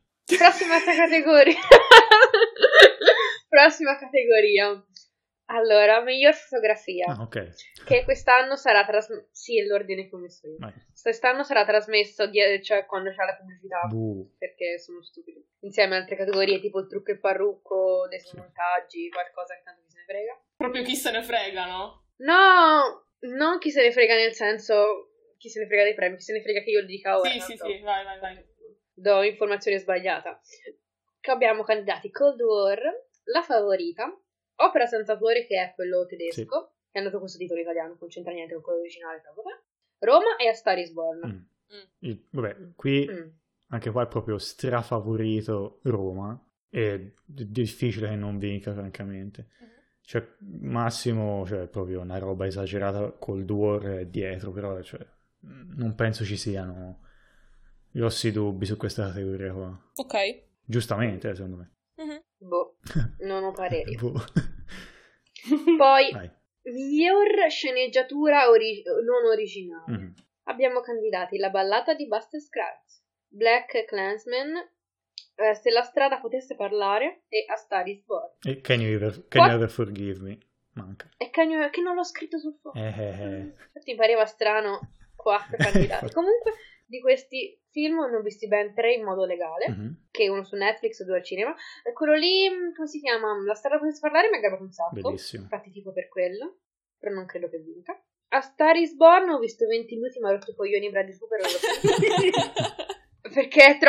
Prossima categoria. Allora, miglior fotografia. Ok. Che quest'anno sarà sì, è l'ordine che ho messo io. Vai. Quest'anno sarà trasmesso cioè quando c'è la pubblicità. Perché sono stupidi. Insieme a altre categorie tipo il trucco e il parrucco, dei montaggi, qualcosa che tanto chi se ne frega. Proprio chi se ne frega, no? No, non chi se ne frega nel senso chi se ne frega dei premi, chi se ne frega che io li dica ora. Sì, vai. Do informazione sbagliata. Che abbiamo candidati Cold War, La Favorita, Opera senza autore, che è quello tedesco, che hanno dato questo titolo italiano, non c'entra niente con quello originale, però vabbè. Roma e A Star is Born. Vabbè, qui anche qua è proprio strafavorito Roma, è difficile che non vinca, francamente. Cioè, massimo, proprio una roba esagerata, Cold War dietro, però, non penso ci siano grossi dubbi su questa categoria qua. Ok. Giustamente, secondo me. Boh, non ho pareri. Boh. Poi, Vai. miglior sceneggiatura non originale. Abbiamo candidati La ballata di Buster Scruggs, Black Klansman, Se la strada potesse parlare e A Star is Born. E Can You Ever Forgive Me? Manca. E che non l'ho scritto sul foglio. Infatti mi pareva strano 4 candidati. Comunque, di questi film ne ho visti ben 3 in modo legale, che uno su Netflix e 2 al cinema. E quello lì, come si chiama? La strada potesse parlare mi ha garbato un sacco. Bellissimo. Infatti tipo per quello, però non credo che vinca. A Star is Born ho visto 20 minuti, ma ho rotto i coglioni Bradley Cooper. Perché è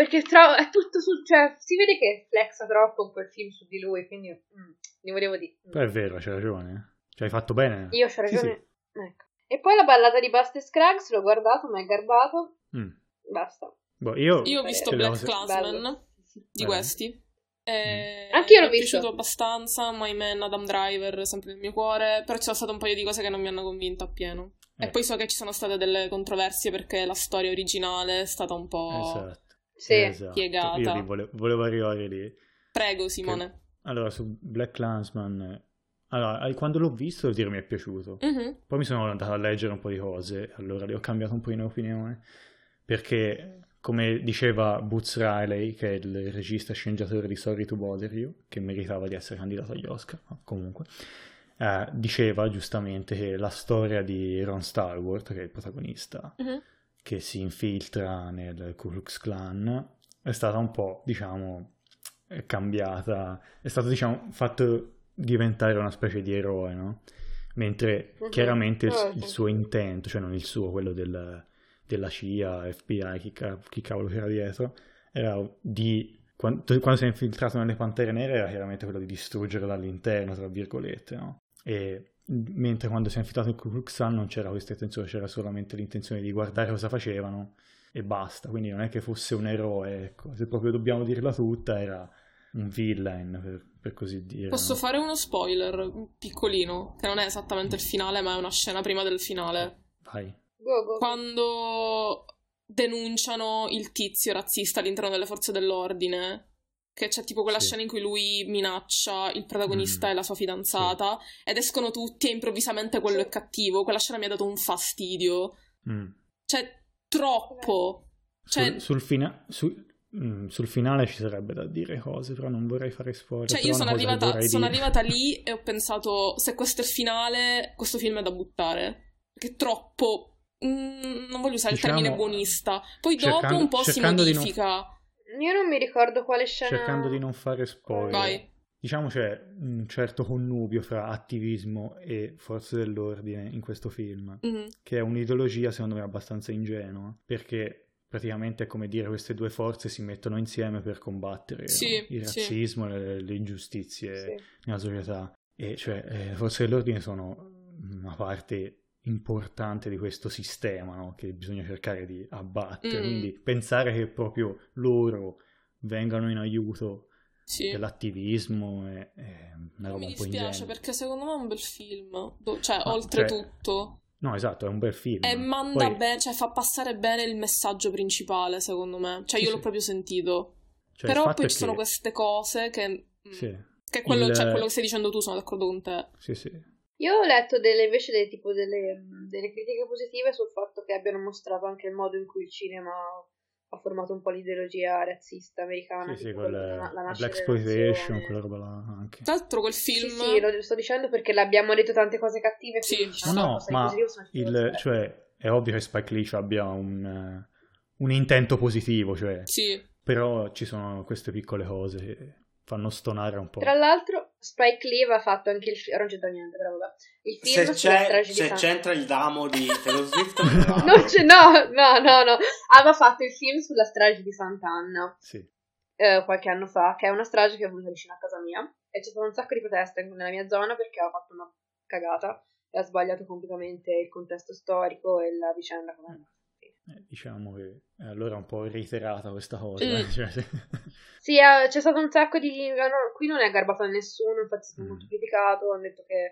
tutto cioè si vede che flexa troppo in quel film su di lui, quindi ne volevo dire. È vero, c'hai ragione. Cioè, hai fatto bene. Io c'ho ragione. Sì. Ecco. E poi La ballata di Buster Scruggs l'ho guardato, ma è garbato. Basta. Boh, io ho visto Black Klansman di questi. Anch'io l'ho visto. Mi è piaciuto abbastanza. My Man, Adam Driver, sempre nel mio cuore. Però ci sono state un paio di cose che non mi hanno convinto appieno. E poi so che ci sono state delle controversie perché la storia originale è stata un po' piegata. Io volevo arrivare lì. Prego, Simone. Allora, su Black Klansman, quando l'ho visto, devo dire, mi è piaciuto. Poi mi sono andato a leggere un po' di cose, allora lì ho cambiato un po' di opinione, perché, come diceva Boots Riley, che è il regista e sceneggiatore di Sorry to Bother You, che meritava di essere candidato agli Oscar, ma comunque, diceva giustamente che la storia di Ron Stallworth, che è il protagonista, che si infiltra nel Ku Klux Klan, è stata un po', diciamo, cambiata, è stato, diciamo, fatto diventare una specie di eroe, no? Mentre chiaramente il suo intento, cioè non il suo, quello della CIA, FBI, chi cavolo c'era dietro, era quando si è infiltrato nelle Pantere Nere era chiaramente quello di distruggere dall'interno, tra virgolette, no? E mentre quando si è infiltrato nel Ku Klux Klan non c'era questa intenzione, c'era solamente l'intenzione di guardare cosa facevano e basta, quindi non è che fosse un eroe, ecco. Se proprio dobbiamo dirla tutta, era un villain, per così dire. Posso fare uno spoiler piccolino, che non è esattamente il finale, ma è una scena prima del finale. Vai. Go. Quando denunciano il tizio razzista all'interno delle forze dell'ordine, che c'è tipo quella scena in cui lui minaccia il protagonista e la sua fidanzata, ed escono tutti e improvvisamente quello è cattivo. Quella scena mi ha dato un fastidio. Cioè, troppo. Cioè, Sul finale ci sarebbe da dire cose, però non vorrei fare spoiler. Cioè, io sono arrivata lì e ho pensato, se questo è il finale, questo film è da buttare. Perché è troppo... non voglio usare il termine buonista. Poi dopo un po' si modifica. Io non mi ricordo quale scena... Cercando di non fare spoiler. Vai. Diciamo c'è un certo connubio fra attivismo e forze dell'ordine in questo film, che è un'ideologia secondo me abbastanza ingenua, perché praticamente è come dire queste due forze si mettono insieme per combattere il razzismo e le ingiustizie nella società. E cioè le forze dell'ordine sono una parte importante di questo sistema, no? Che bisogna cercare di abbattere, quindi pensare che proprio loro vengano in aiuto dell'attivismo è una roba un po' ingenua. Mi dispiace perché secondo me è un bel film, cioè oltretutto no, esatto, è un bel film e manda bene, cioè fa passare bene il messaggio principale, secondo me, cioè io l'ho proprio sentito, cioè, però poi ci sono queste cose che che quello che stai dicendo tu, sono d'accordo con te. Sì. Io ho letto delle critiche positive sul fatto che abbiano mostrato anche il modo in cui il cinema ha formato un po' l'ideologia razzista americana. Sì, la Blaxploitation, quella roba là anche. Tra l'altro quel film... Sì, lo sto dicendo perché l'abbiamo detto tante cose cattive. Cioè, è ovvio che Spike Lee abbia un intento positivo, cioè. Sì. Però ci sono queste piccole cose che fanno stonare un po'. Tra l'altro Spike Lee aveva fatto anche il film, non c'entra niente, però vabbè. Il film se c'entra il Damo di Taylor Swift no, aveva fatto il film sulla strage di Sant'Anna qualche anno fa, che è una strage che è venuta vicino a casa mia, e c'è stato un sacco di proteste nella mia zona perché aveva fatto una cagata e ha sbagliato completamente il contesto storico e la vicenda com'è. Diciamo che allora è un po' reiterata questa cosa. Sì, c'è stato un sacco di... qui non è garbato a nessuno, infatti è stato molto criticato, hanno detto che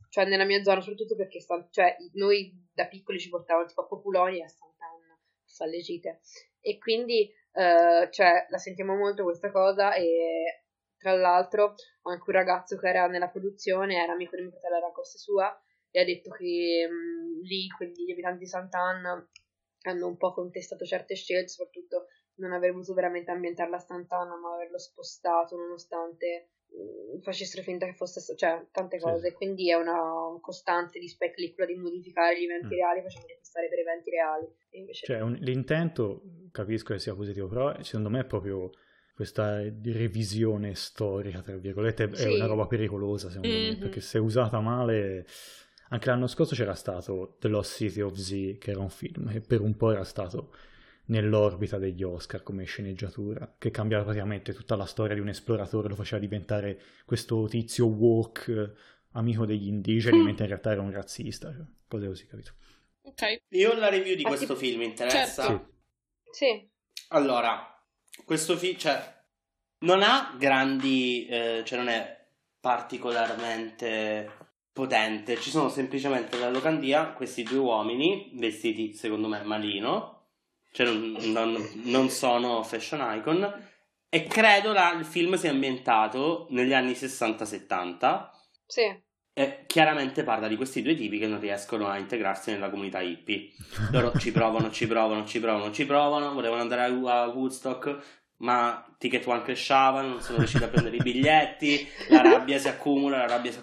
cioè nella mia zona, soprattutto perché cioè, noi da piccoli ci portavano tipo a Populoni e a Sant'Anna, a Falle Gite, e quindi cioè, la sentiamo molto questa cosa. E tra l'altro ho anche un ragazzo che era nella produzione, era amico di mio fratello, era a coste sua, e ha detto che lì gli abitanti di Sant'Anna hanno un po' contestato certe scelte, soprattutto non aver voluto veramente ambientarla a Sant'Anna, ma averlo spostato nonostante facessero finta che fosse, cioè tante cose. Quindi è una costante di Spike quella di modificare gli eventi reali facendoli passare per eventi reali. E invece cioè l'intento capisco che sia positivo, però secondo me è proprio questa revisione storica, tra virgolette, è una roba pericolosa secondo me, perché se usata male. Anche l'anno scorso c'era stato The Lost City of Z, che era un film che per un po' era stato nell'orbita degli Oscar come sceneggiatura, che cambiava praticamente tutta la storia di un esploratore, lo faceva diventare questo tizio woke, amico degli indigeni, mentre in realtà era un razzista, cioè, cose così, capito? Ok. Io ho la review di questo film, interessa? Certo. Sì. Allora, questo film, cioè, non ha grandi, cioè non è particolarmente potente, ci sono semplicemente nella locandina questi due uomini vestiti secondo me malino, cioè non sono fashion icon, e credo il film sia ambientato negli anni 60-70. Sì. E chiaramente parla di questi due tipi che non riescono a integrarsi nella comunità hippie. Loro ci provano, volevano andare a Woodstock, ma Ticket One crashava, non sono riusciti a prendere i biglietti, la rabbia si accumula,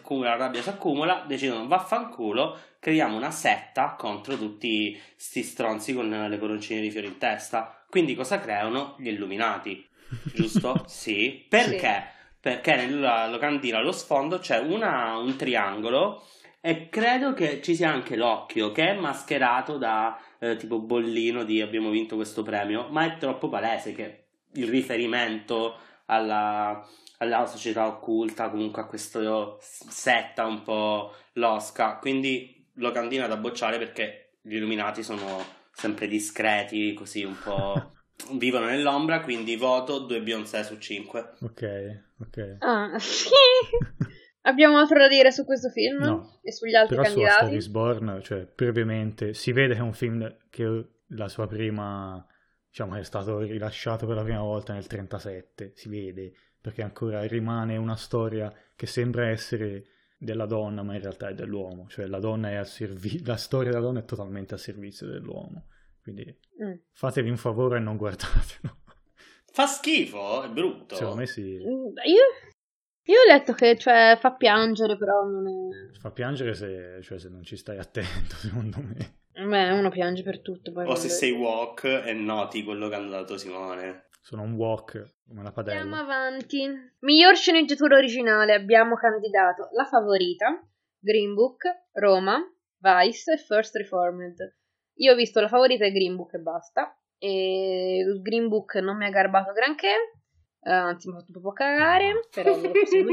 decidono vaffanculo, creiamo una setta contro tutti sti stronzi con le coroncine di fiori in testa. Quindi cosa creano? Gli Illuminati, giusto? Sì. Perché? Perché nella locandina allo sfondo c'è un triangolo e credo che ci sia anche l'occhio che è mascherato da tipo bollino di abbiamo vinto questo premio, ma è troppo palese che il riferimento alla società occulta, comunque a questa setta un po' losca, quindi locandina da bocciare perché gli Illuminati sono sempre discreti, così un po' vivono nell'ombra, quindi voto 2 Beyoncé su 5. Ok. Ah, sì. Abbiamo altro da dire su questo film? No, e sugli altri però candidati? Però su A Star is Born, cioè brevemente, si vede che è un film che la sua prima, diciamo, è stato rilasciato per la prima volta nel 1937, si vede, perché ancora rimane una storia che sembra essere della donna, ma in realtà è dell'uomo, cioè la donna è la storia della donna è totalmente a servizio dell'uomo, quindi fatevi un favore e non guardatelo. Fa schifo, è brutto. Secondo me sì. Io ho letto che cioè, fa piangere, però non è... Fa piangere se non ci stai attento, secondo me. Beh, uno piange per tutto. Poi o se sei woke e noti quello che hanno dato Simone. Sono un woke, come la padella. Andiamo avanti. Miglior sceneggiatura originale abbiamo candidato La Favorita, Green Book, Roma, Vice e First Reformed. Io ho visto La Favorita e Green Book e basta. E il Green Book non mi ha garbato granché, anzi mi ha fatto un po' cagare, però non lo possiamo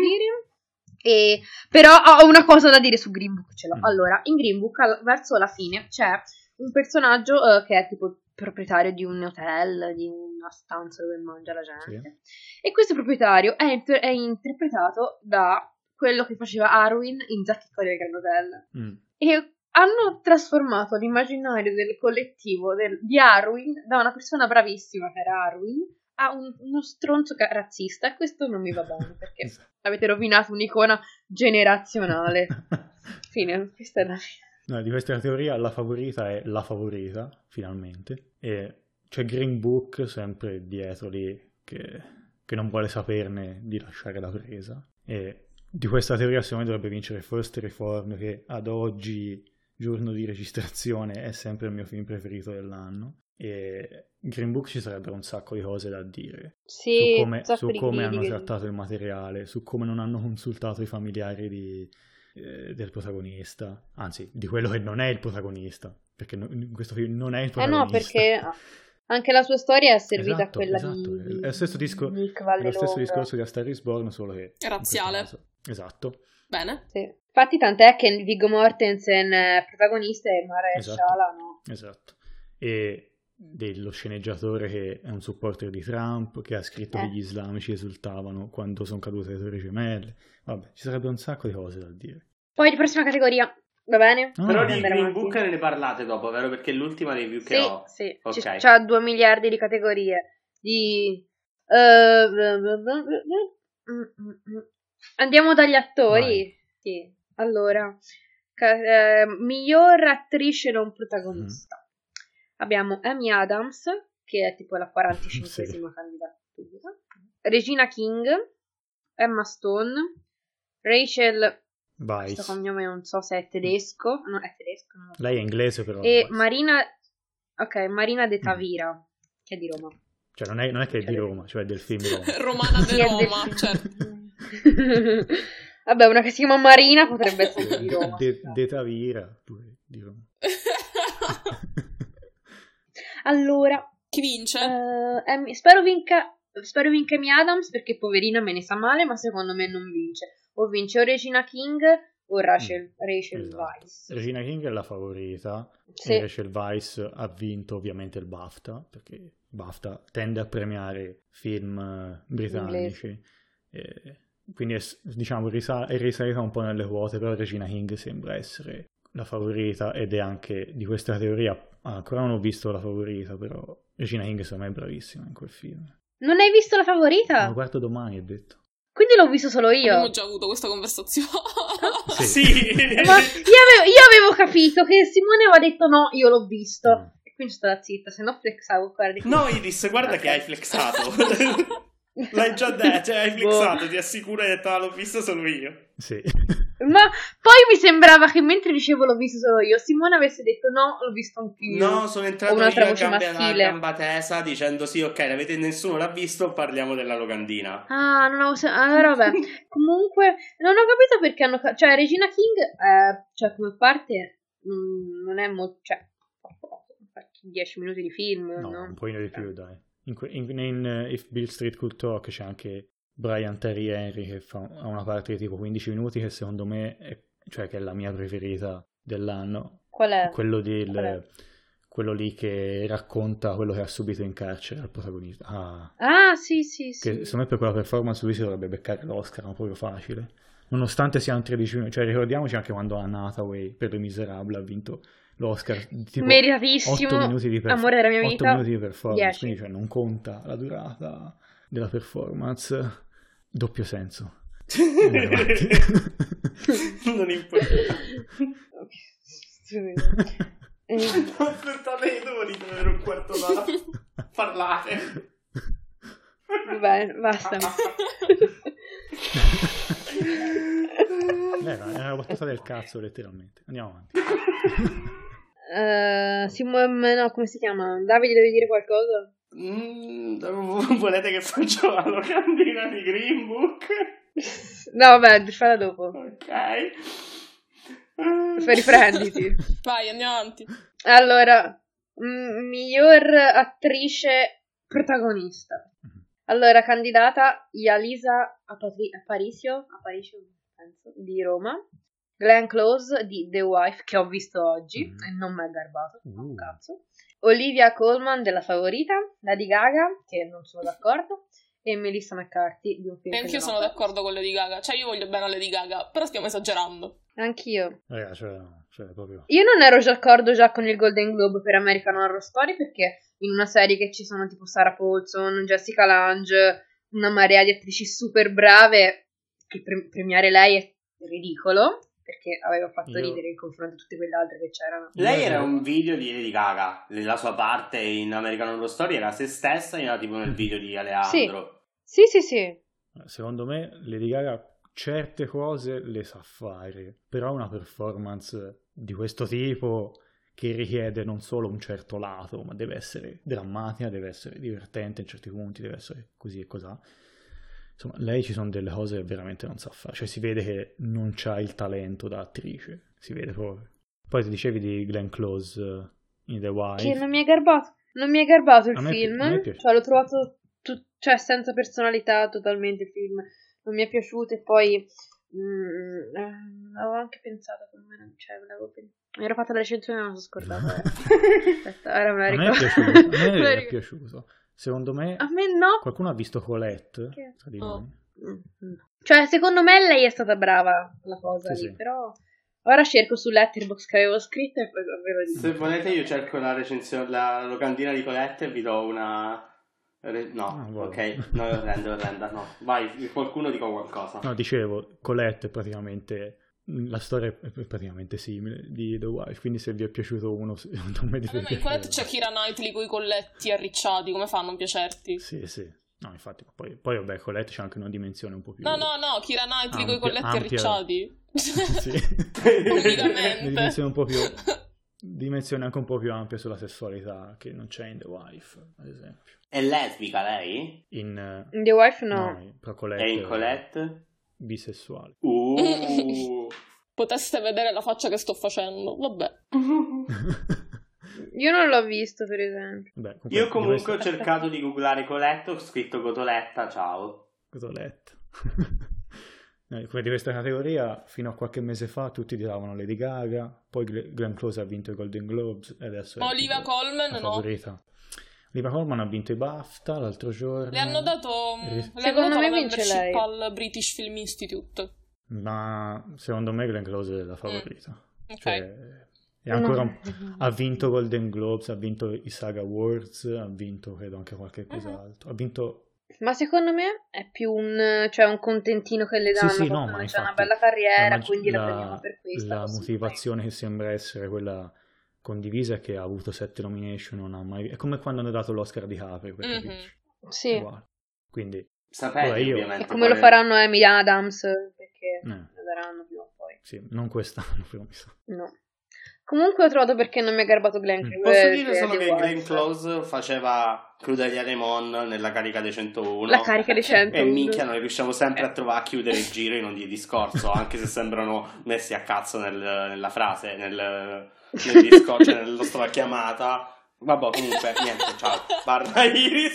dire. Però ho una cosa da dire su Green Book, ce l'ho. Allora, in Green Book verso la fine c'è un personaggio che è tipo proprietario di un hotel, di una stanza dove mangia la gente, sì. E questo proprietario è interpretato da quello che faceva Arwen in Zack e Cody al Grand Hotel. E hanno trasformato l'immaginario del collettivo di Arwen da una persona bravissima che era Arwen a uno stronzo razzista, e questo non mi va bene perché avete rovinato un'icona generazionale. Fine, questa è la fine. No, di questa teoria La Favorita è la favorita, finalmente, e c'è Green Book sempre dietro lì che non vuole saperne di lasciare la presa, e di questa teoria secondo me dovrebbe vincere First Reformed, che ad oggi, giorno di registrazione, è sempre il mio film preferito dell'anno. E Green Book ci sarebbero un sacco di cose da dire sì, su come hanno trattato il materiale, su come non hanno consultato i familiari del protagonista, anzi di quello che non è il protagonista, perché in questo film non è il protagonista. No, perché anche la sua storia è servita a quella di è lo stesso discorso di A Star is Born, solo che è razziale. Esatto. Bene. Sì. Infatti tant'è che Viggo Mortensen è protagonista e Mahershala no. Esatto. E dello sceneggiatore che è un supporter di Trump, che ha scritto che gli islamici esultavano quando sono cadute le Torri Gemelle. Vabbè, ci sarebbe un sacco di cose da dire. Poi di prossima categoria, va bene? Però di Green Book ne parlate dopo, vero? Perché è l'ultima review che ho. Sì, okay. C'ha 2 miliardi di categorie. Andiamo dagli attori. Sì. Allora, miglior attrice non protagonista. Abbiamo Amy Adams, che è tipo la 45esima candidata. Regina King, Emma Stone, Rachel Weisz. Questo cognome non so se è tedesco. No, è tedesco. No. Lei è inglese però. E Marina De Tavira, che è di Roma. Cioè non è che è di Roma, cioè del film Roma. Romana di Roma, certo. Vabbè, una che si chiama Marina potrebbe essere di Roma. De Tavira, pure di Roma. Allora, chi vince? Spero vinca Amy Adams, perché poverina me ne sa male, ma secondo me non vince. O vince o Regina King o Rachel esatto. Weisz. Regina King è la favorita, sì. E Rachel Weisz ha vinto ovviamente il BAFTA, perché BAFTA tende a premiare film britannici, quindi è, diciamo, è risalita un po' nelle quote, però Regina King sembra essere la favorita, ed è anche di questa teoria. Ancora non ho visto la favorita, però Regina King secondo me è bravissima in quel film. Non hai visto la favorita? Lo guardo domani, ho detto. Quindi l'ho visto solo io. Abbiamo già avuto questa conversazione. Sì. Ma io avevo capito che Simone aveva detto no, io l'ho visto. E quindi sono stata zitta, se no flexavo. No, Iris, guarda che hai flexato. L'hai già detto, cioè hai flexato, ti assicuro, hai detto l'ho visto solo io. Sì. Ma poi mi sembrava che mentre dicevo l'ho visto solo io, Simone avesse detto no, l'ho visto anch'io. No, sono entrato io a gamba tesa dicendo sì, ok, nessuno l'ha visto, parliamo della locandina. Ah, non avevo allora vabbè. Comunque non ho capito perché hanno cioè Regina King cioè come parte non è molto, cioè 10 minuti di film, no? No, un pochino di più, dai. In If Beale Street Could Talk c'è anche Brian Terry Henry che ha una parte di tipo 15 minuti che secondo me che è la mia preferita dell'anno. Qual è? Quello lì che racconta quello che ha subito in carcere al protagonista. Sì. Che secondo me per quella performance lui si dovrebbe beccare l'Oscar, ma proprio facile. Nonostante siano 13 minuti, cioè ricordiamoci anche quando Anne Hathaway per Les Misérables ha vinto l'Oscar, tipo meritatissimo, 8 minuti di amore della mia vita, 8 minuti di performance, 10. quindi cioè non conta la durata della performance, doppio senso. Non importa. Aspettate, io devo riprendere un quarto d'ora. Parlate. Vabbè, basta. Era una battuta del cazzo, letteralmente. Andiamo avanti. No, come si chiama? Davide, devi dire qualcosa? Volete che faccia la locandina di Green Book? No, vabbè, falla dopo. Ok. Riprenditi. Vai, andiamo avanti. Allora, miglior attrice protagonista. Allora, candidata Yalisa Aparicio, penso, di Roma. Glenn Close di The Wife, che ho visto oggi e non mi ha garbato, un cazzo. Olivia Colman della Favorita, Lady Gaga, che non sono d'accordo, e Melissa McCarthy di un film. E anch'io sono d'accordo con Lady Gaga, cioè io voglio bene a Lady Gaga, però stiamo esagerando. Anch'io. Cioè, proprio... Io non ero d'accordo già con il Golden Globe per American Horror Story, perché in una serie che ci sono tipo Sarah Paulson, Jessica Lange, una marea di attrici super brave, che premiare lei è ridicolo, perché aveva fatto ridere in confronto a tutte quelle altre che c'erano. Lei era un video di Lady Gaga, la sua parte in American Horror Story era se stessa, era tipo nel video di Alejandro. Sì. Secondo me Lady Gaga certe cose le sa fare, però una performance di questo tipo che richiede non solo un certo lato, ma deve essere drammatica, deve essere divertente in certi punti, deve essere così e cosà. Insomma, lei ci sono delle cose che veramente non sa fare, cioè si vede che non c'ha il talento da attrice, si vede proprio. Poi ti dicevi di Glenn Close in The Wife. Che non mi è garbato il film, cioè l'ho trovato cioè senza personalità totalmente il film, non mi è piaciuto. E poi avevo anche pensato mi ero fatta la recensione e non so scordata. Aspetta, ora me la ricordo. A me è piaciuto. Secondo me, a me no. Qualcuno ha visto Colette? Che? Tra di noi? Cioè, secondo me lei è stata brava la cosa lì, sì. Però ora cerco su Letterboxd che avevo scritto e poi ve lo dico. Se volete io cerco la recensione, la locandina di Colette e vi do una... No, ok, no, è orrenda, no. Vai, qualcuno dica qualcosa. No, dicevo, Colette è praticamente... La storia è praticamente simile di The Wife, quindi se vi è piaciuto uno, secondo me Ma in Colette c'è Keira Knightley con i colletti arricciati, come fa a non piacerti? Sì. No, infatti, poi vabbè, Colette c'è anche una dimensione un po' più... No, Keira Knightley con i colletti arricciati. Sì. Dimensione un po' più... Dimensione anche un po' più ampia sulla sessualità che non c'è in The Wife, ad esempio. È lesbica lei? In The Wife no. Però Colette è in Colette? Bisessuale. Poteste vedere la faccia che sto facendo, vabbè. Io non l'ho visto, per esempio. Beh, io comunque ho cercato di googlare Colette, ho scritto Cotoletta, ciao. Cotoletta. Come di questa categoria, fino a qualche mese fa tutti tiravano Lady Gaga, poi Glenn Close ha vinto i Golden Globes e adesso è Olivia Colman, la favorita. Olivia Colman ha vinto i BAFTA l'altro giorno. Le hanno dato secondo me vince lei al British Film Institute. Ma secondo me Glenn Close è la favorita. Ok. Cioè, è ancora ha vinto Golden Globes, ha vinto i SAG Awards, ha vinto credo anche qualche cos'altro. Ha vinto... Ma secondo me è più un contentino che le danno sì, quando no, ma c'è una infatti, bella carriera, quindi la prendiamo per questo. La motivazione che sembra essere quella condivisa è che ha avuto 7 nomination, non ha mai... È come quando hanno dato l'Oscar di Capri, per capirci. Sì. Uguale. Quindi... Sapete ovviamente e come lo faranno Amy Adams, perché lo daranno prima o poi. Sì, non quest'anno però mi sa. No. Comunque ho trovato perché non mi ha garbato Glenn Close. Posso dire solo che Glenn Close faceva Crudelia Raymond nella carica dei 101. La carica dei 101. E minchia noi riusciamo sempre a trovare a chiudere il giro in ogni discorso, anche se sembrano messi a cazzo nella frase, nel discorso, cioè nella nostra chiamata. Vabbè, comunque, niente, ciao. Barra Iris.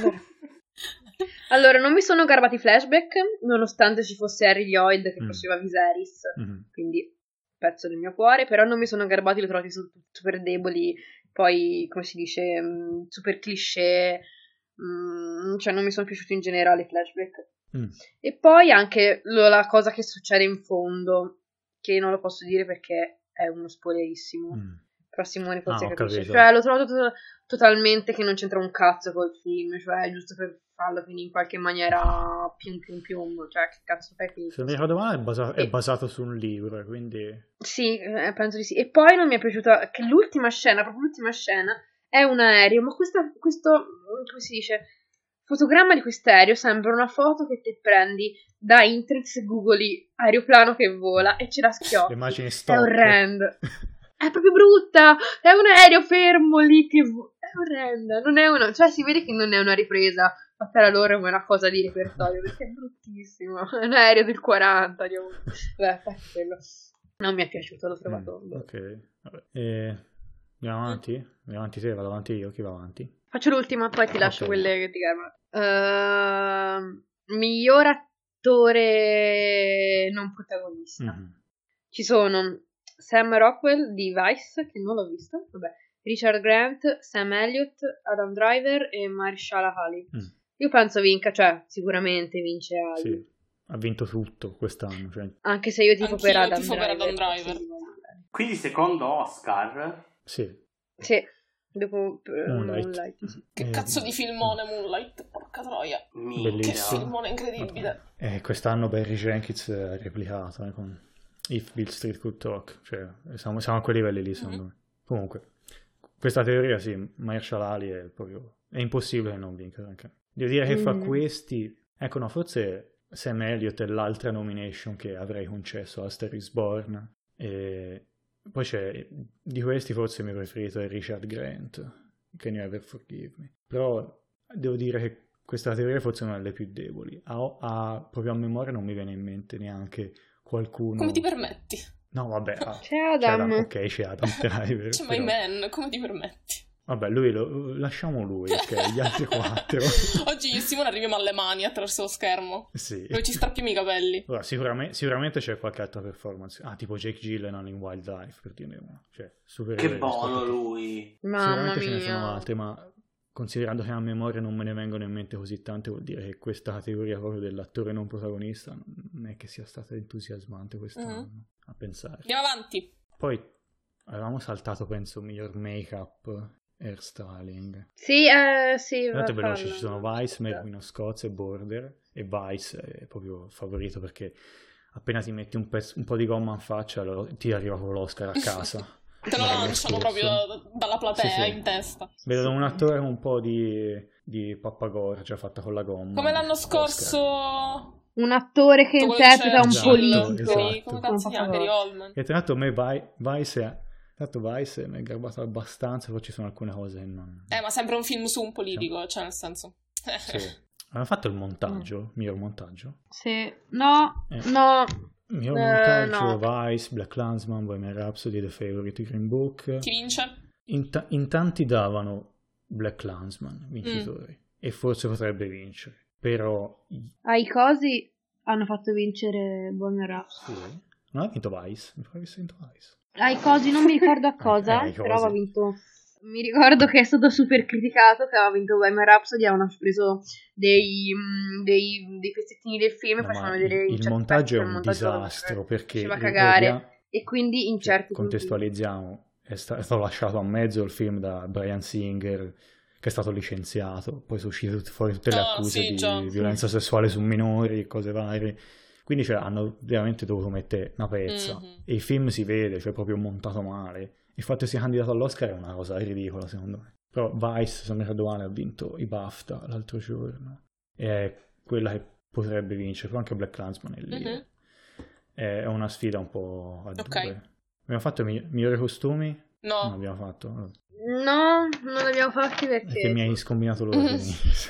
Allora, non mi sono garbati i flashback, nonostante ci fosse Harry Lloyd che faceva Viserys, quindi pezzo del mio cuore, però non mi sono garbati, li ho trovati super deboli, poi, come si dice, super cliché, cioè non mi sono piaciuti in generale i flashback. E poi anche la cosa che succede in fondo, che non lo posso dire perché è uno spoilerissimo. Però Simone forse capisce. Cioè, l'ho trovato totalmente che non c'entra un cazzo col film, cioè giusto per farlo quindi in qualche maniera pium, cioè che cazzo fai qui? Se mi ricordo male è basato su un libro, quindi... Sì, penso di sì. E poi non mi è piaciuta che proprio l'ultima scena, è un aereo, ma questo, come si dice, fotogramma di quest'aereo sembra una foto che te prendi da internet se googli aeroplano che vola e ce la schioppi. Immagini stop. È orrendo. È proprio brutta, è un aereo fermo lì che è orrenda, non è una, cioè si vede che non è una ripresa fatta da loro, ma è una cosa di repertorio perché è bruttissimo, è un aereo del 40, beh, quello non mi è piaciuto, l'ho trovato. Ok, vabbè. Andiamo avanti? Andiamo avanti te, vado avanti io, chi va avanti? Faccio l'ultima, poi ti lascio quelle che ti garbano. Miglior attore non protagonista. Ci sono Sam Rockwell di Vice, che non l'ho visto, vabbè, Richard Grant, Sam Elliott, Adam Driver e Mahershala Ali. Io penso vinca, cioè sicuramente vince Ali. Sì, ha vinto tutto quest'anno. Cioè. Anche se io tifo per Adam Driver. Quindi secondo Oscar? Sì. Sì, dopo Moonlight. Che cazzo di filmone Moonlight, porca troia. Bellissimo. Che filmone incredibile. Quest'anno Barry Jenkins ha replicato con If Beale Street Could Talk, cioè siamo a quei livelli lì secondo me. Comunque, questa teoria sì, Mahershala Ali è impossibile che non vinca anche. Devo dire che fra questi, ecco no, forse Sam Elliott è l'altra nomination che avrei concesso a Star is Born, e poi c'è, di questi forse il mio preferito è Richard Grant, Can You Ever Forgive Me, però devo dire che questa teoria forse è una delle più deboli, proprio a memoria non mi viene in mente neanche qualcuno. Come ti permetti? No, vabbè. C'è Adam. Ok, c'è Adam Driver. C'è My Man, come ti permetti? Vabbè, lasciamo lui, ok, gli altri 4. Oggi io e Simone arriviamo alle mani attraverso lo schermo. Sì. Dove ci strappiamo i capelli. Allora, sicuramente c'è qualche altra performance. Tipo Jake Gyllenhaal in Wild Life, per dire uno. Cioè, super che buono lui. Mamma sicuramente mia. ce ne sono altre, ma considerando che a memoria non me ne vengono in mente così tante, vuol dire che questa categoria proprio dell'attore non protagonista non è che sia stata entusiasmante quest'anno, a pensare. Andiamo avanti. Poi avevamo saltato, penso, miglior make-up, hairstyling. Sì. Tanto è veloce, ci sono Vice, Made in Scots e Border, e Vice è proprio il favorito perché appena ti metti un po' di gomma in faccia ti arriva con l'Oscar a casa. Te lo lanciano proprio dalla platea in testa. Vedo un attore con un po' di pappagorgia fatta con la gomma. Come l'anno scorso... Oscar. Un attore che interpreta un politico. Come cazzo si chiama? Gary Oldman. E tra l'altro a me Vice mi è garbato abbastanza, poi ci sono alcune cose che non... ma sempre un film su un politico, cioè nel senso... Sì. Hanno fatto il montaggio, miglior montaggio? Sì. No. Miglior montaggio, no. Vice, BlacKkKlansman, Bohemian Rhapsody, The Favourite, Green Book. Chi vince? In tanti davano BlacKkKlansman vincitore e forse potrebbe vincere, però... I cosi hanno fatto vincere Bohemian Rhapsody. Sì. Non ha vinto Vice? Mi pare che sia vinto Vice. I cosi non mi ricordo a cosa, però aveva vinto... Mi ricordo che è stato super criticato, che aveva vinto Bohemian Rhapsody, avevano preso dei pezzettini del film e facevano vedere il montaggio è un disastro perché faceva cagare e quindi in certi contestualizziamo, è stato lasciato a mezzo il film da Bryan Singer, che è stato licenziato, poi sono uscite fuori tutte le accuse di violenza sessuale su minori e cose varie, quindi hanno veramente dovuto mettere una pezza e il film si vede, cioè proprio montato male. Il fatto che sia candidato all'Oscar è una cosa ridicola secondo me. Però Vice, se non mi ricordo male, ha vinto i BAFTA l'altro giorno. E è quella che potrebbe vincere, però anche BlacKkKlansman è lì. È una sfida un po' a due. Abbiamo fatto migliori costumi? No. Non abbiamo fatto? No, non l'abbiamo fatti perché mi hai scombinato l'ordine.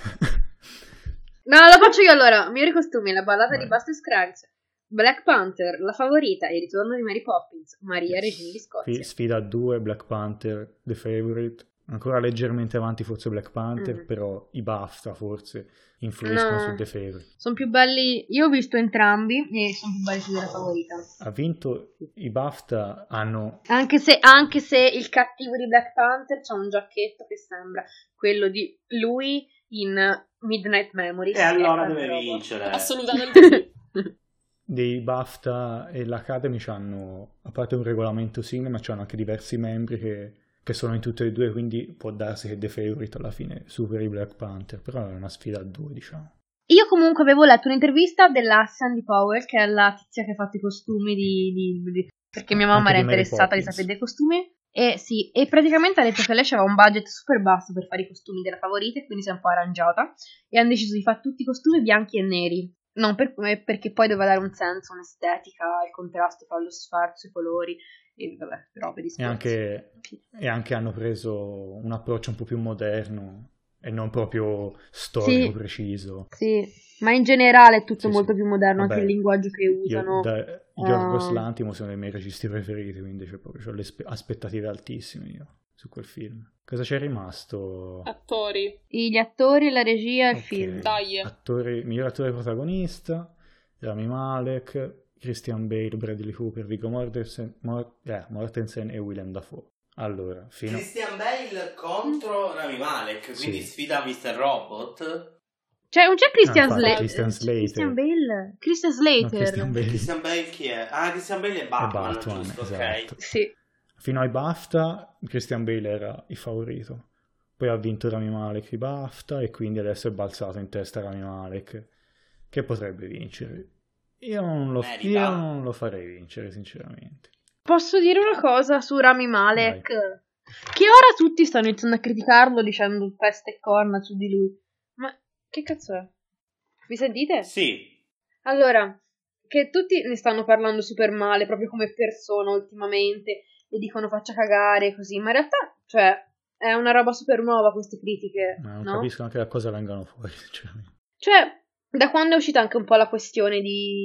No, lo faccio io allora. Migliori costumi, la ballata di Buster Scruggs, Black Panther, La Favorita, Il ritorno di Mary Poppins, Maria, regina di Scozia. Sfida a due, Black Panther, The Favourite. Ancora leggermente avanti forse Black Panther, però i BAFTA forse influiscono su The Favourite. Sono più belli, io ho visto entrambi e sono più belli su della Favorita. Ha vinto i BAFTA, hanno... Anche se il cattivo di Black Panther c'ha un giacchetto che sembra quello di lui in Midnight Memories. E allora deve vincere. Assolutamente sì. Dei BAFTA e l'Academy hanno, a parte un regolamento simile, ma c'hanno anche diversi membri che sono in tutte e due, quindi può darsi che The Favourite alla fine superi Black Panther, però è una sfida a due, diciamo. Io comunque avevo letto un'intervista della Sandy Powell, che è la tizia che ha fatto i costumi perché mia mamma era interessata di sapere dei costumi, e praticamente ha detto che lei aveva un budget super basso per fare i costumi della Favorita, e quindi si è un po' arrangiata, e hanno deciso di fare tutti i costumi bianchi e neri. Non perché poi doveva dare un senso, un'estetica, il contrasto fra lo sfarzo, i colori e vabbè, robe di spazio. E anche hanno preso un approccio un po' più moderno e non proprio storico preciso. Sì, ma in generale è tutto molto più moderno, anche il linguaggio che usano. Yorgos Lanthimos è uno dei miei registi preferiti, quindi ho le aspettative altissime io su quel film. Cosa c'è rimasto? Attori. Gli attori, la regia e il film. Dai. Miglior attore protagonista, Rami Malek, Christian Bale, Bradley Cooper, Viggo Mortensen e Willem Dafoe. Allora, Christian Bale contro Rami Malek, quindi sfida Mr. Robot. Cioè, non c'è Christian Slater. Christian Bale. Christian Slater. Christian Bale chi è? Ah, Christian Bale è Batman, giusto, esatto. Ok. Sì. Fino ai BAFTA Christian Bale era il favorito, poi ha vinto Rami Malek i BAFTA e quindi adesso è balzato in testa Rami Malek, che potrebbe vincere. Io non lo farei vincere sinceramente. Posso dire una cosa su Rami Malek? Vai. Che ora tutti stanno iniziando a criticarlo dicendo peste e corna su di lui, ma che cazzo è? Mi sentite? Sì. Allora, che tutti ne stanno parlando super male proprio come persona ultimamente e dicono faccia cagare così, ma in realtà, cioè, è una roba super nuova queste critiche, non capisco anche da cosa vengano fuori, sinceramente. Cioè, da quando è uscita anche un po' la questione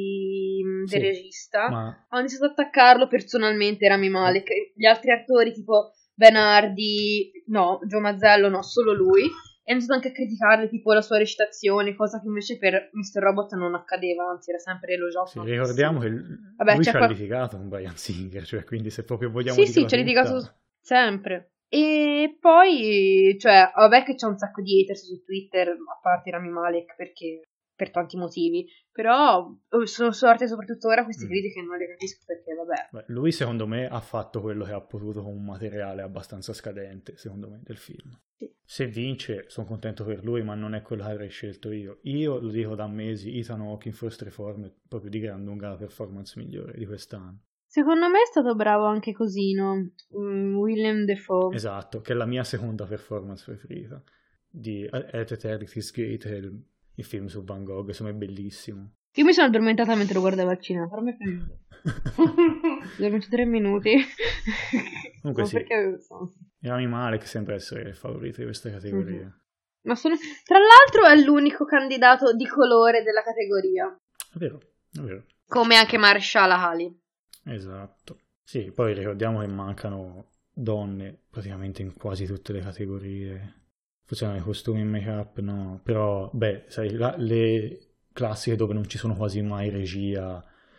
del regista, ho iniziato ad attaccarlo personalmente Rami Malek, gli altri attori tipo Ben Hardy, no, Joe Mazzello no, solo lui, e ho iniziato anche a criticarle tipo la sua recitazione, cosa che invece per Mr. Robot non accadeva, anzi era sempre elogiato. Sì, ricordiamo che lui ci ha litigato con Bryan Singer, cioè quindi se proprio vogliamo ci ha litigato sempre, E poi, cioè, vabbè che c'è un sacco di haters su Twitter, a parte Rami Malek, perché per tanti motivi, però sono sorte soprattutto ora queste critiche e non le capisco perché, vabbè. Beh, lui secondo me ha fatto quello che ha potuto con un materiale abbastanza scadente, secondo me, del film. Sì. Se vince sono contento per lui, ma non è quello che avrei scelto io. Io lo dico da mesi, Ethan Hawke in First Reform è proprio di gran lunga la performance migliore di quest'anno. Secondo me è stato bravo anche Cosino, William Dafoe. Esatto, che è la mia seconda performance preferita di At Eternity's Gate, il film su Van Gogh, insomma è bellissimo. Io mi sono addormentata mentre lo guardavo al cinema, però mi è piaciuto. Ho dormito 3 minuti. Comunque sì, perché... Rami Malek sembra essere il favorito di questa categoria. Mm-hmm. Ma tra l'altro è l'unico candidato di colore della categoria. È vero, è vero. Come anche Mahershala Ali. Esatto. Sì, poi ricordiamo che mancano donne praticamente in quasi tutte le categorie. Forse nei costumi e make-up, no. Però, beh, sai, le classiche dove non ci sono quasi mai regia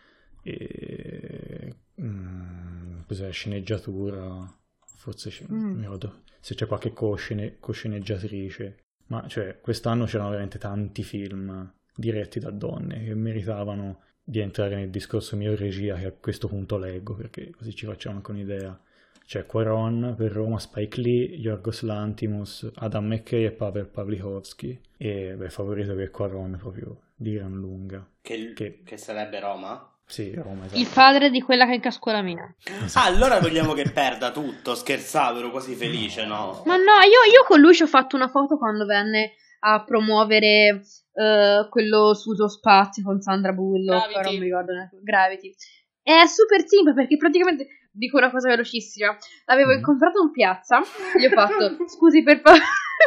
e cos'è, sceneggiatura, forse mi ricordo se c'è qualche co-sceneggiatrice. Ma, cioè, quest'anno c'erano veramente tanti film diretti da donne che meritavano di entrare nel discorso miglior regia, che a questo punto leggo perché così ci facciamo anche un'idea. C'è Cuarón per Roma, Spike Lee, Yorgos Lanthimos, Adam McKay e Pavel Pawlikowski. E beh, favorito che è Cuarón proprio di gran lunga. Che sarebbe Roma? Sì, Roma, esatto. Il padre di quella che è in cascola mia. Esatto. Ah, allora vogliamo che perda tutto, scherzavo, ero quasi felice, no? Ma no, io con lui ci ho fatto una foto quando venne a promuovere quello su spazio con Sandra Bullock, non mi ricordo neanche, Gravity. È super simpatico perché praticamente, dico una cosa velocissima, l'avevo incontrato in piazza, gli ho fatto, scusi per favore,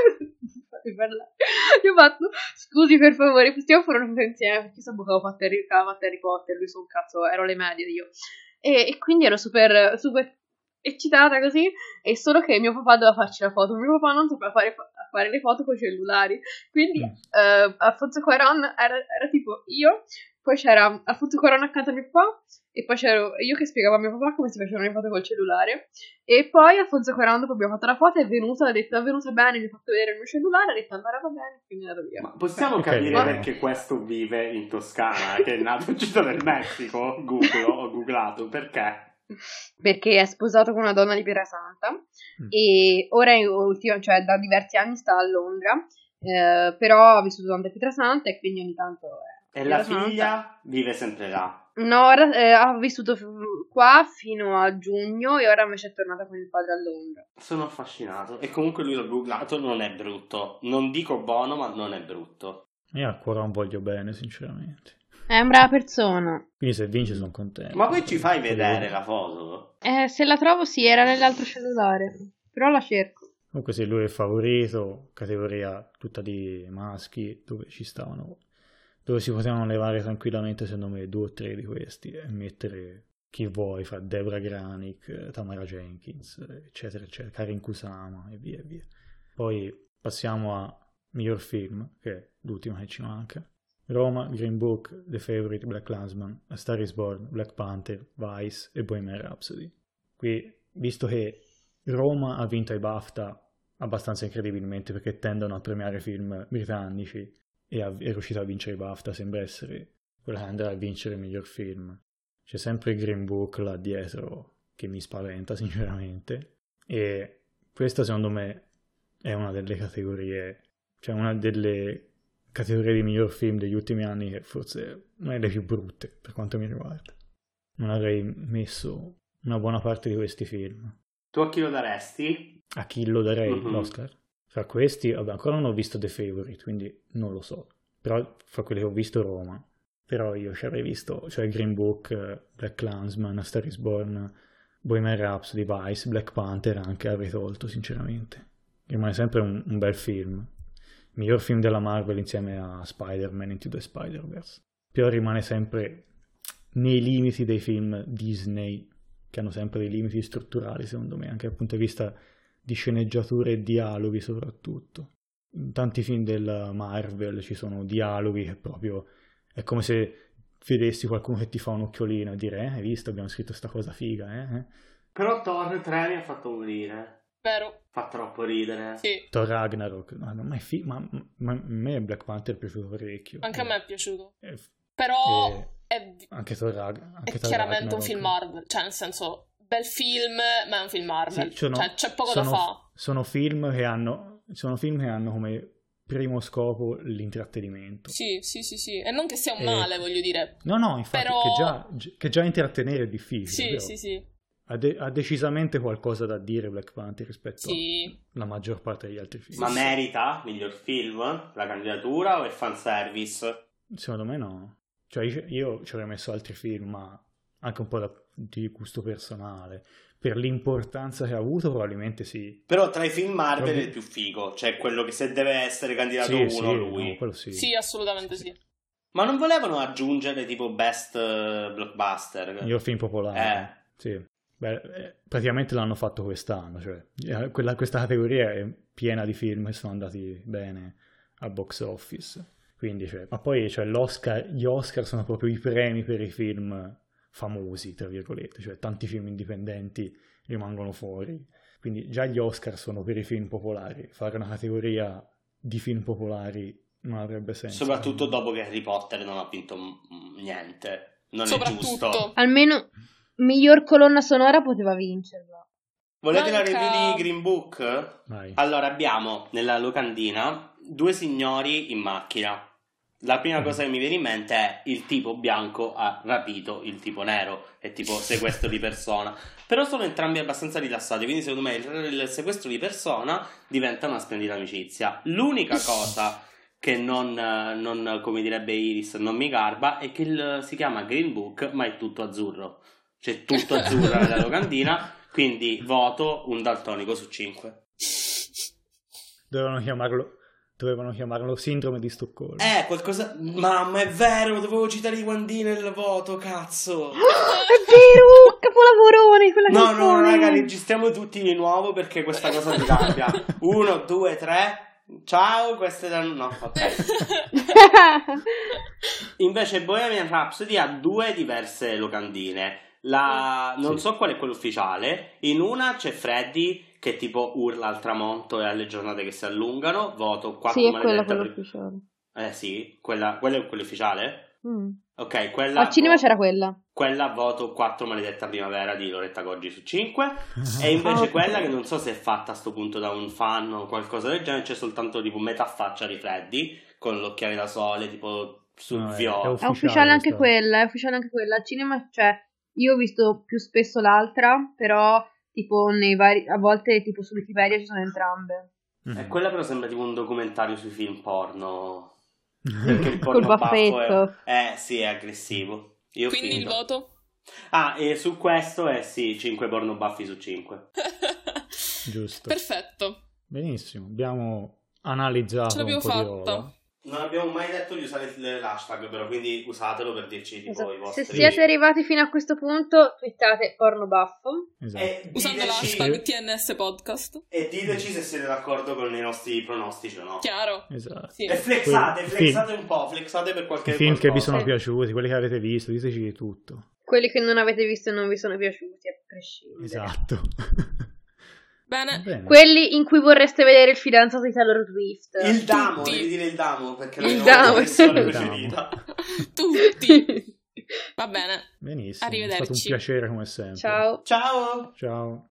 gli ho fatto, scusi per favore, stiamo fare una foto insieme, perché so che avevo fatto Harry Potter, lui su un cazzo, ero alle medie io, e quindi ero super eccitata così, e solo che mio papà doveva farci la foto, mio papà non sapeva fare le foto con i cellulari, quindi Alfonso Cuarón era tipo io, poi c'era Alfonso Cuarón accanto a mio papà, e poi c'ero io che spiegavo a mio papà come si facevano le foto col cellulare, e poi Alfonso Cuarón, dopo abbiamo fatto la foto, è venuto, ha detto è venuta bene, mi ha fatto vedere il mio cellulare, ha detto andava bene, quindi è andato via. Ma possiamo capire perché questo vive in Toscana, che è nato in Città del Messico? Ho googlato, perché? Perché è sposato con una donna di Pietrasanta e ora cioè da diversi anni sta a Londra, però ha vissuto tanto a Pietrasanta e quindi ogni tanto e la figlia vive sempre là? No, ora ha vissuto qua fino a giugno e ora invece è tornata con il padre a Londra. Sono affascinato e comunque lui l'ho googlato, non è brutto, non dico buono ma non è brutto. Io a Cuarón voglio bene sinceramente. È una brava persona. Quindi se vince sono contento. Ma poi ci fai vedere la foto? Se la trovo sì, era nell'altro cellulare. Però la cerco. Comunque sì, lui è il favorito, categoria tutta di maschi, dove ci stavano, dove si potevano levare tranquillamente secondo me 2 o 3 di questi e mettere chi vuoi, fra Debra Granik, Tamara Jenkins, eccetera, eccetera, Karin Kusama e via via. Poi passiamo a miglior film, che è l'ultima che ci manca. Roma, Green Book, The Favourite, BlacKkKlansman, A Star is Born, Black Panther, Vice e Bohemian Rhapsody. Qui, visto che Roma ha vinto ai BAFTA abbastanza incredibilmente perché tendono a premiare film britannici e è riuscito a vincere i BAFTA, sembra essere quella che andrà a vincere il miglior film. C'è sempre Green Book là dietro che mi spaventa sinceramente, e questa secondo me è una delle categorie, cioè una delle categorie di miglior film degli ultimi anni che forse non è le più brutte per quanto mi riguarda. Non avrei messo una buona parte di questi film. Tu a chi lo daresti? A chi lo darei l'Oscar? Fra questi, vabbè, ancora non ho visto The Favourite, quindi non lo so. Però fra quelli che ho visto Roma. Però io ci avrei visto, cioè Green Book, BlacKkKlansman, A Star is Born, Bohemian Rhapsody, Vice, Black Panther anche avrei tolto, sinceramente. Rimane sempre un bel film. Miglior film della Marvel insieme a Spider-Man Into the Spider-Verse. Però rimane sempre nei limiti dei film Disney, che hanno sempre dei limiti strutturali, secondo me, anche dal punto di vista di sceneggiature e dialoghi soprattutto. In tanti film della Marvel ci sono dialoghi che proprio è come se vedessi qualcuno che ti fa un occhiolino e dire hai visto, abbiamo scritto sta cosa figa, eh? Però Thor 3 mi ha fatto morire. Vero. Fa troppo ridere. Sì. Thor Ragnarok. Ma a me Black Panther è piaciuto parecchio. Anche a me è piaciuto. Però anche Thor Ragnarok. È chiaramente un film Marvel. Cioè, nel senso, bel film, ma è un film Marvel. Sì, c'è poco da fare. Sono film che hanno come primo scopo l'intrattenimento. Sì. E non che sia un male, voglio dire. No, infatti, però... che già intrattenere è difficile. Sì. Ha decisamente qualcosa da dire Black Panther rispetto alla maggior parte degli altri film. Ma merita miglior film la candidatura o è fanservice? Secondo me no. Cioè io ci avrei messo altri film, ma anche un po' di gusto personale. Per l'importanza che ha avuto probabilmente sì. Però tra i film Marvel è il più figo. Cioè quello che se deve essere candidato lui. No, quello sì. Sì, assolutamente sì. Ma non volevano aggiungere tipo best blockbuster? Miglior film popolare. Sì. Beh, praticamente l'hanno fatto quest'anno, cioè questa categoria è piena di film che sono andati bene a box office, quindi ma poi gli Oscar sono proprio i premi per i film famosi, tra virgolette, cioè tanti film indipendenti rimangono fuori, quindi già gli Oscar sono per i film popolari, fare una categoria di film popolari non avrebbe senso. Soprattutto dopo che Harry Potter non ha vinto niente, non è giusto. Almeno miglior colonna sonora poteva vincerla. Volete la review di Green Book? Vai. Allora abbiamo nella locandina 2 signori in macchina. La prima cosa che mi viene in mente è il tipo bianco ha rapito il tipo nero, è tipo sequestro di persona. Però sono entrambi abbastanza rilassati, quindi secondo me il sequestro di persona diventa una splendida amicizia. L'unica cosa che non come direbbe Iris, non mi garba, è che si chiama Green Book ma è tutto azzurro. C'è tutto azzurro nella locandina, quindi voto un daltonico su 5. Dovevano chiamarlo Sindrome di Stoccolma. Qualcosa... Mamma, è vero, dovevo citare i Guandini nel voto, cazzo. È vero, capolavorone quella canzone. No, raga, registriamo tutti di nuovo perché questa cosa mi cambia. 1, 2, 3... Ciao, queste no, ok. Invece Bohemian Rhapsody ha 2 diverse locandine. Non so qual è quella ufficiale. In una c'è Freddy che tipo urla al tramonto e alle giornate che si allungano. Voto 4 sì, è quella ufficiale. Sì, quella è quella ufficiale? Ok, quella al cinema c'era quella. Quella voto 4 maledetta primavera di Loretta Goggi su 5. E invece quella che non so se è fatta a sto punto da un fan o qualcosa del genere, c'è soltanto tipo metà faccia di Freddy con l'occhiale da sole tipo sul viola. È ufficiale anche quella, al cinema io ho visto più spesso l'altra, però tipo a volte tipo su Wikipedia ci sono entrambe. E quella però sembra tipo un documentario sui film porno. Perché il porno col baffetto. Sì, è aggressivo. Quindi il voto? E su questo è sì, 5 porno baffi su 5. Giusto. Perfetto. Benissimo, abbiamo analizzato ce l'abbiamo un po' fatta. di roba. Non abbiamo mai detto di usare l'hashtag, però, quindi usatelo per dirci tipo i vostri. Se siete arrivati fino a questo punto, twittate porno baffo. Esatto. Usando l'hashtag TNS Podcast. E diteci se siete d'accordo con i nostri pronostici o no. Chiaro. Esatto. Sì. E flexate un po', flexate per qualche film qualcosa. che vi sono piaciuti, quelli che avete visto, diteci di tutto. Quelli che non avete visto e non vi sono piaciuti, a prescindere. Esatto. Bene. Quelli in cui vorreste vedere il fidanzato di Taylor Swift. Il Damo, devi dire il Damo, perché il Damo è la preferita. Tutti. Va bene. Benissimo. Arrivederci. È stato un piacere come sempre. Ciao. Ciao. Ciao.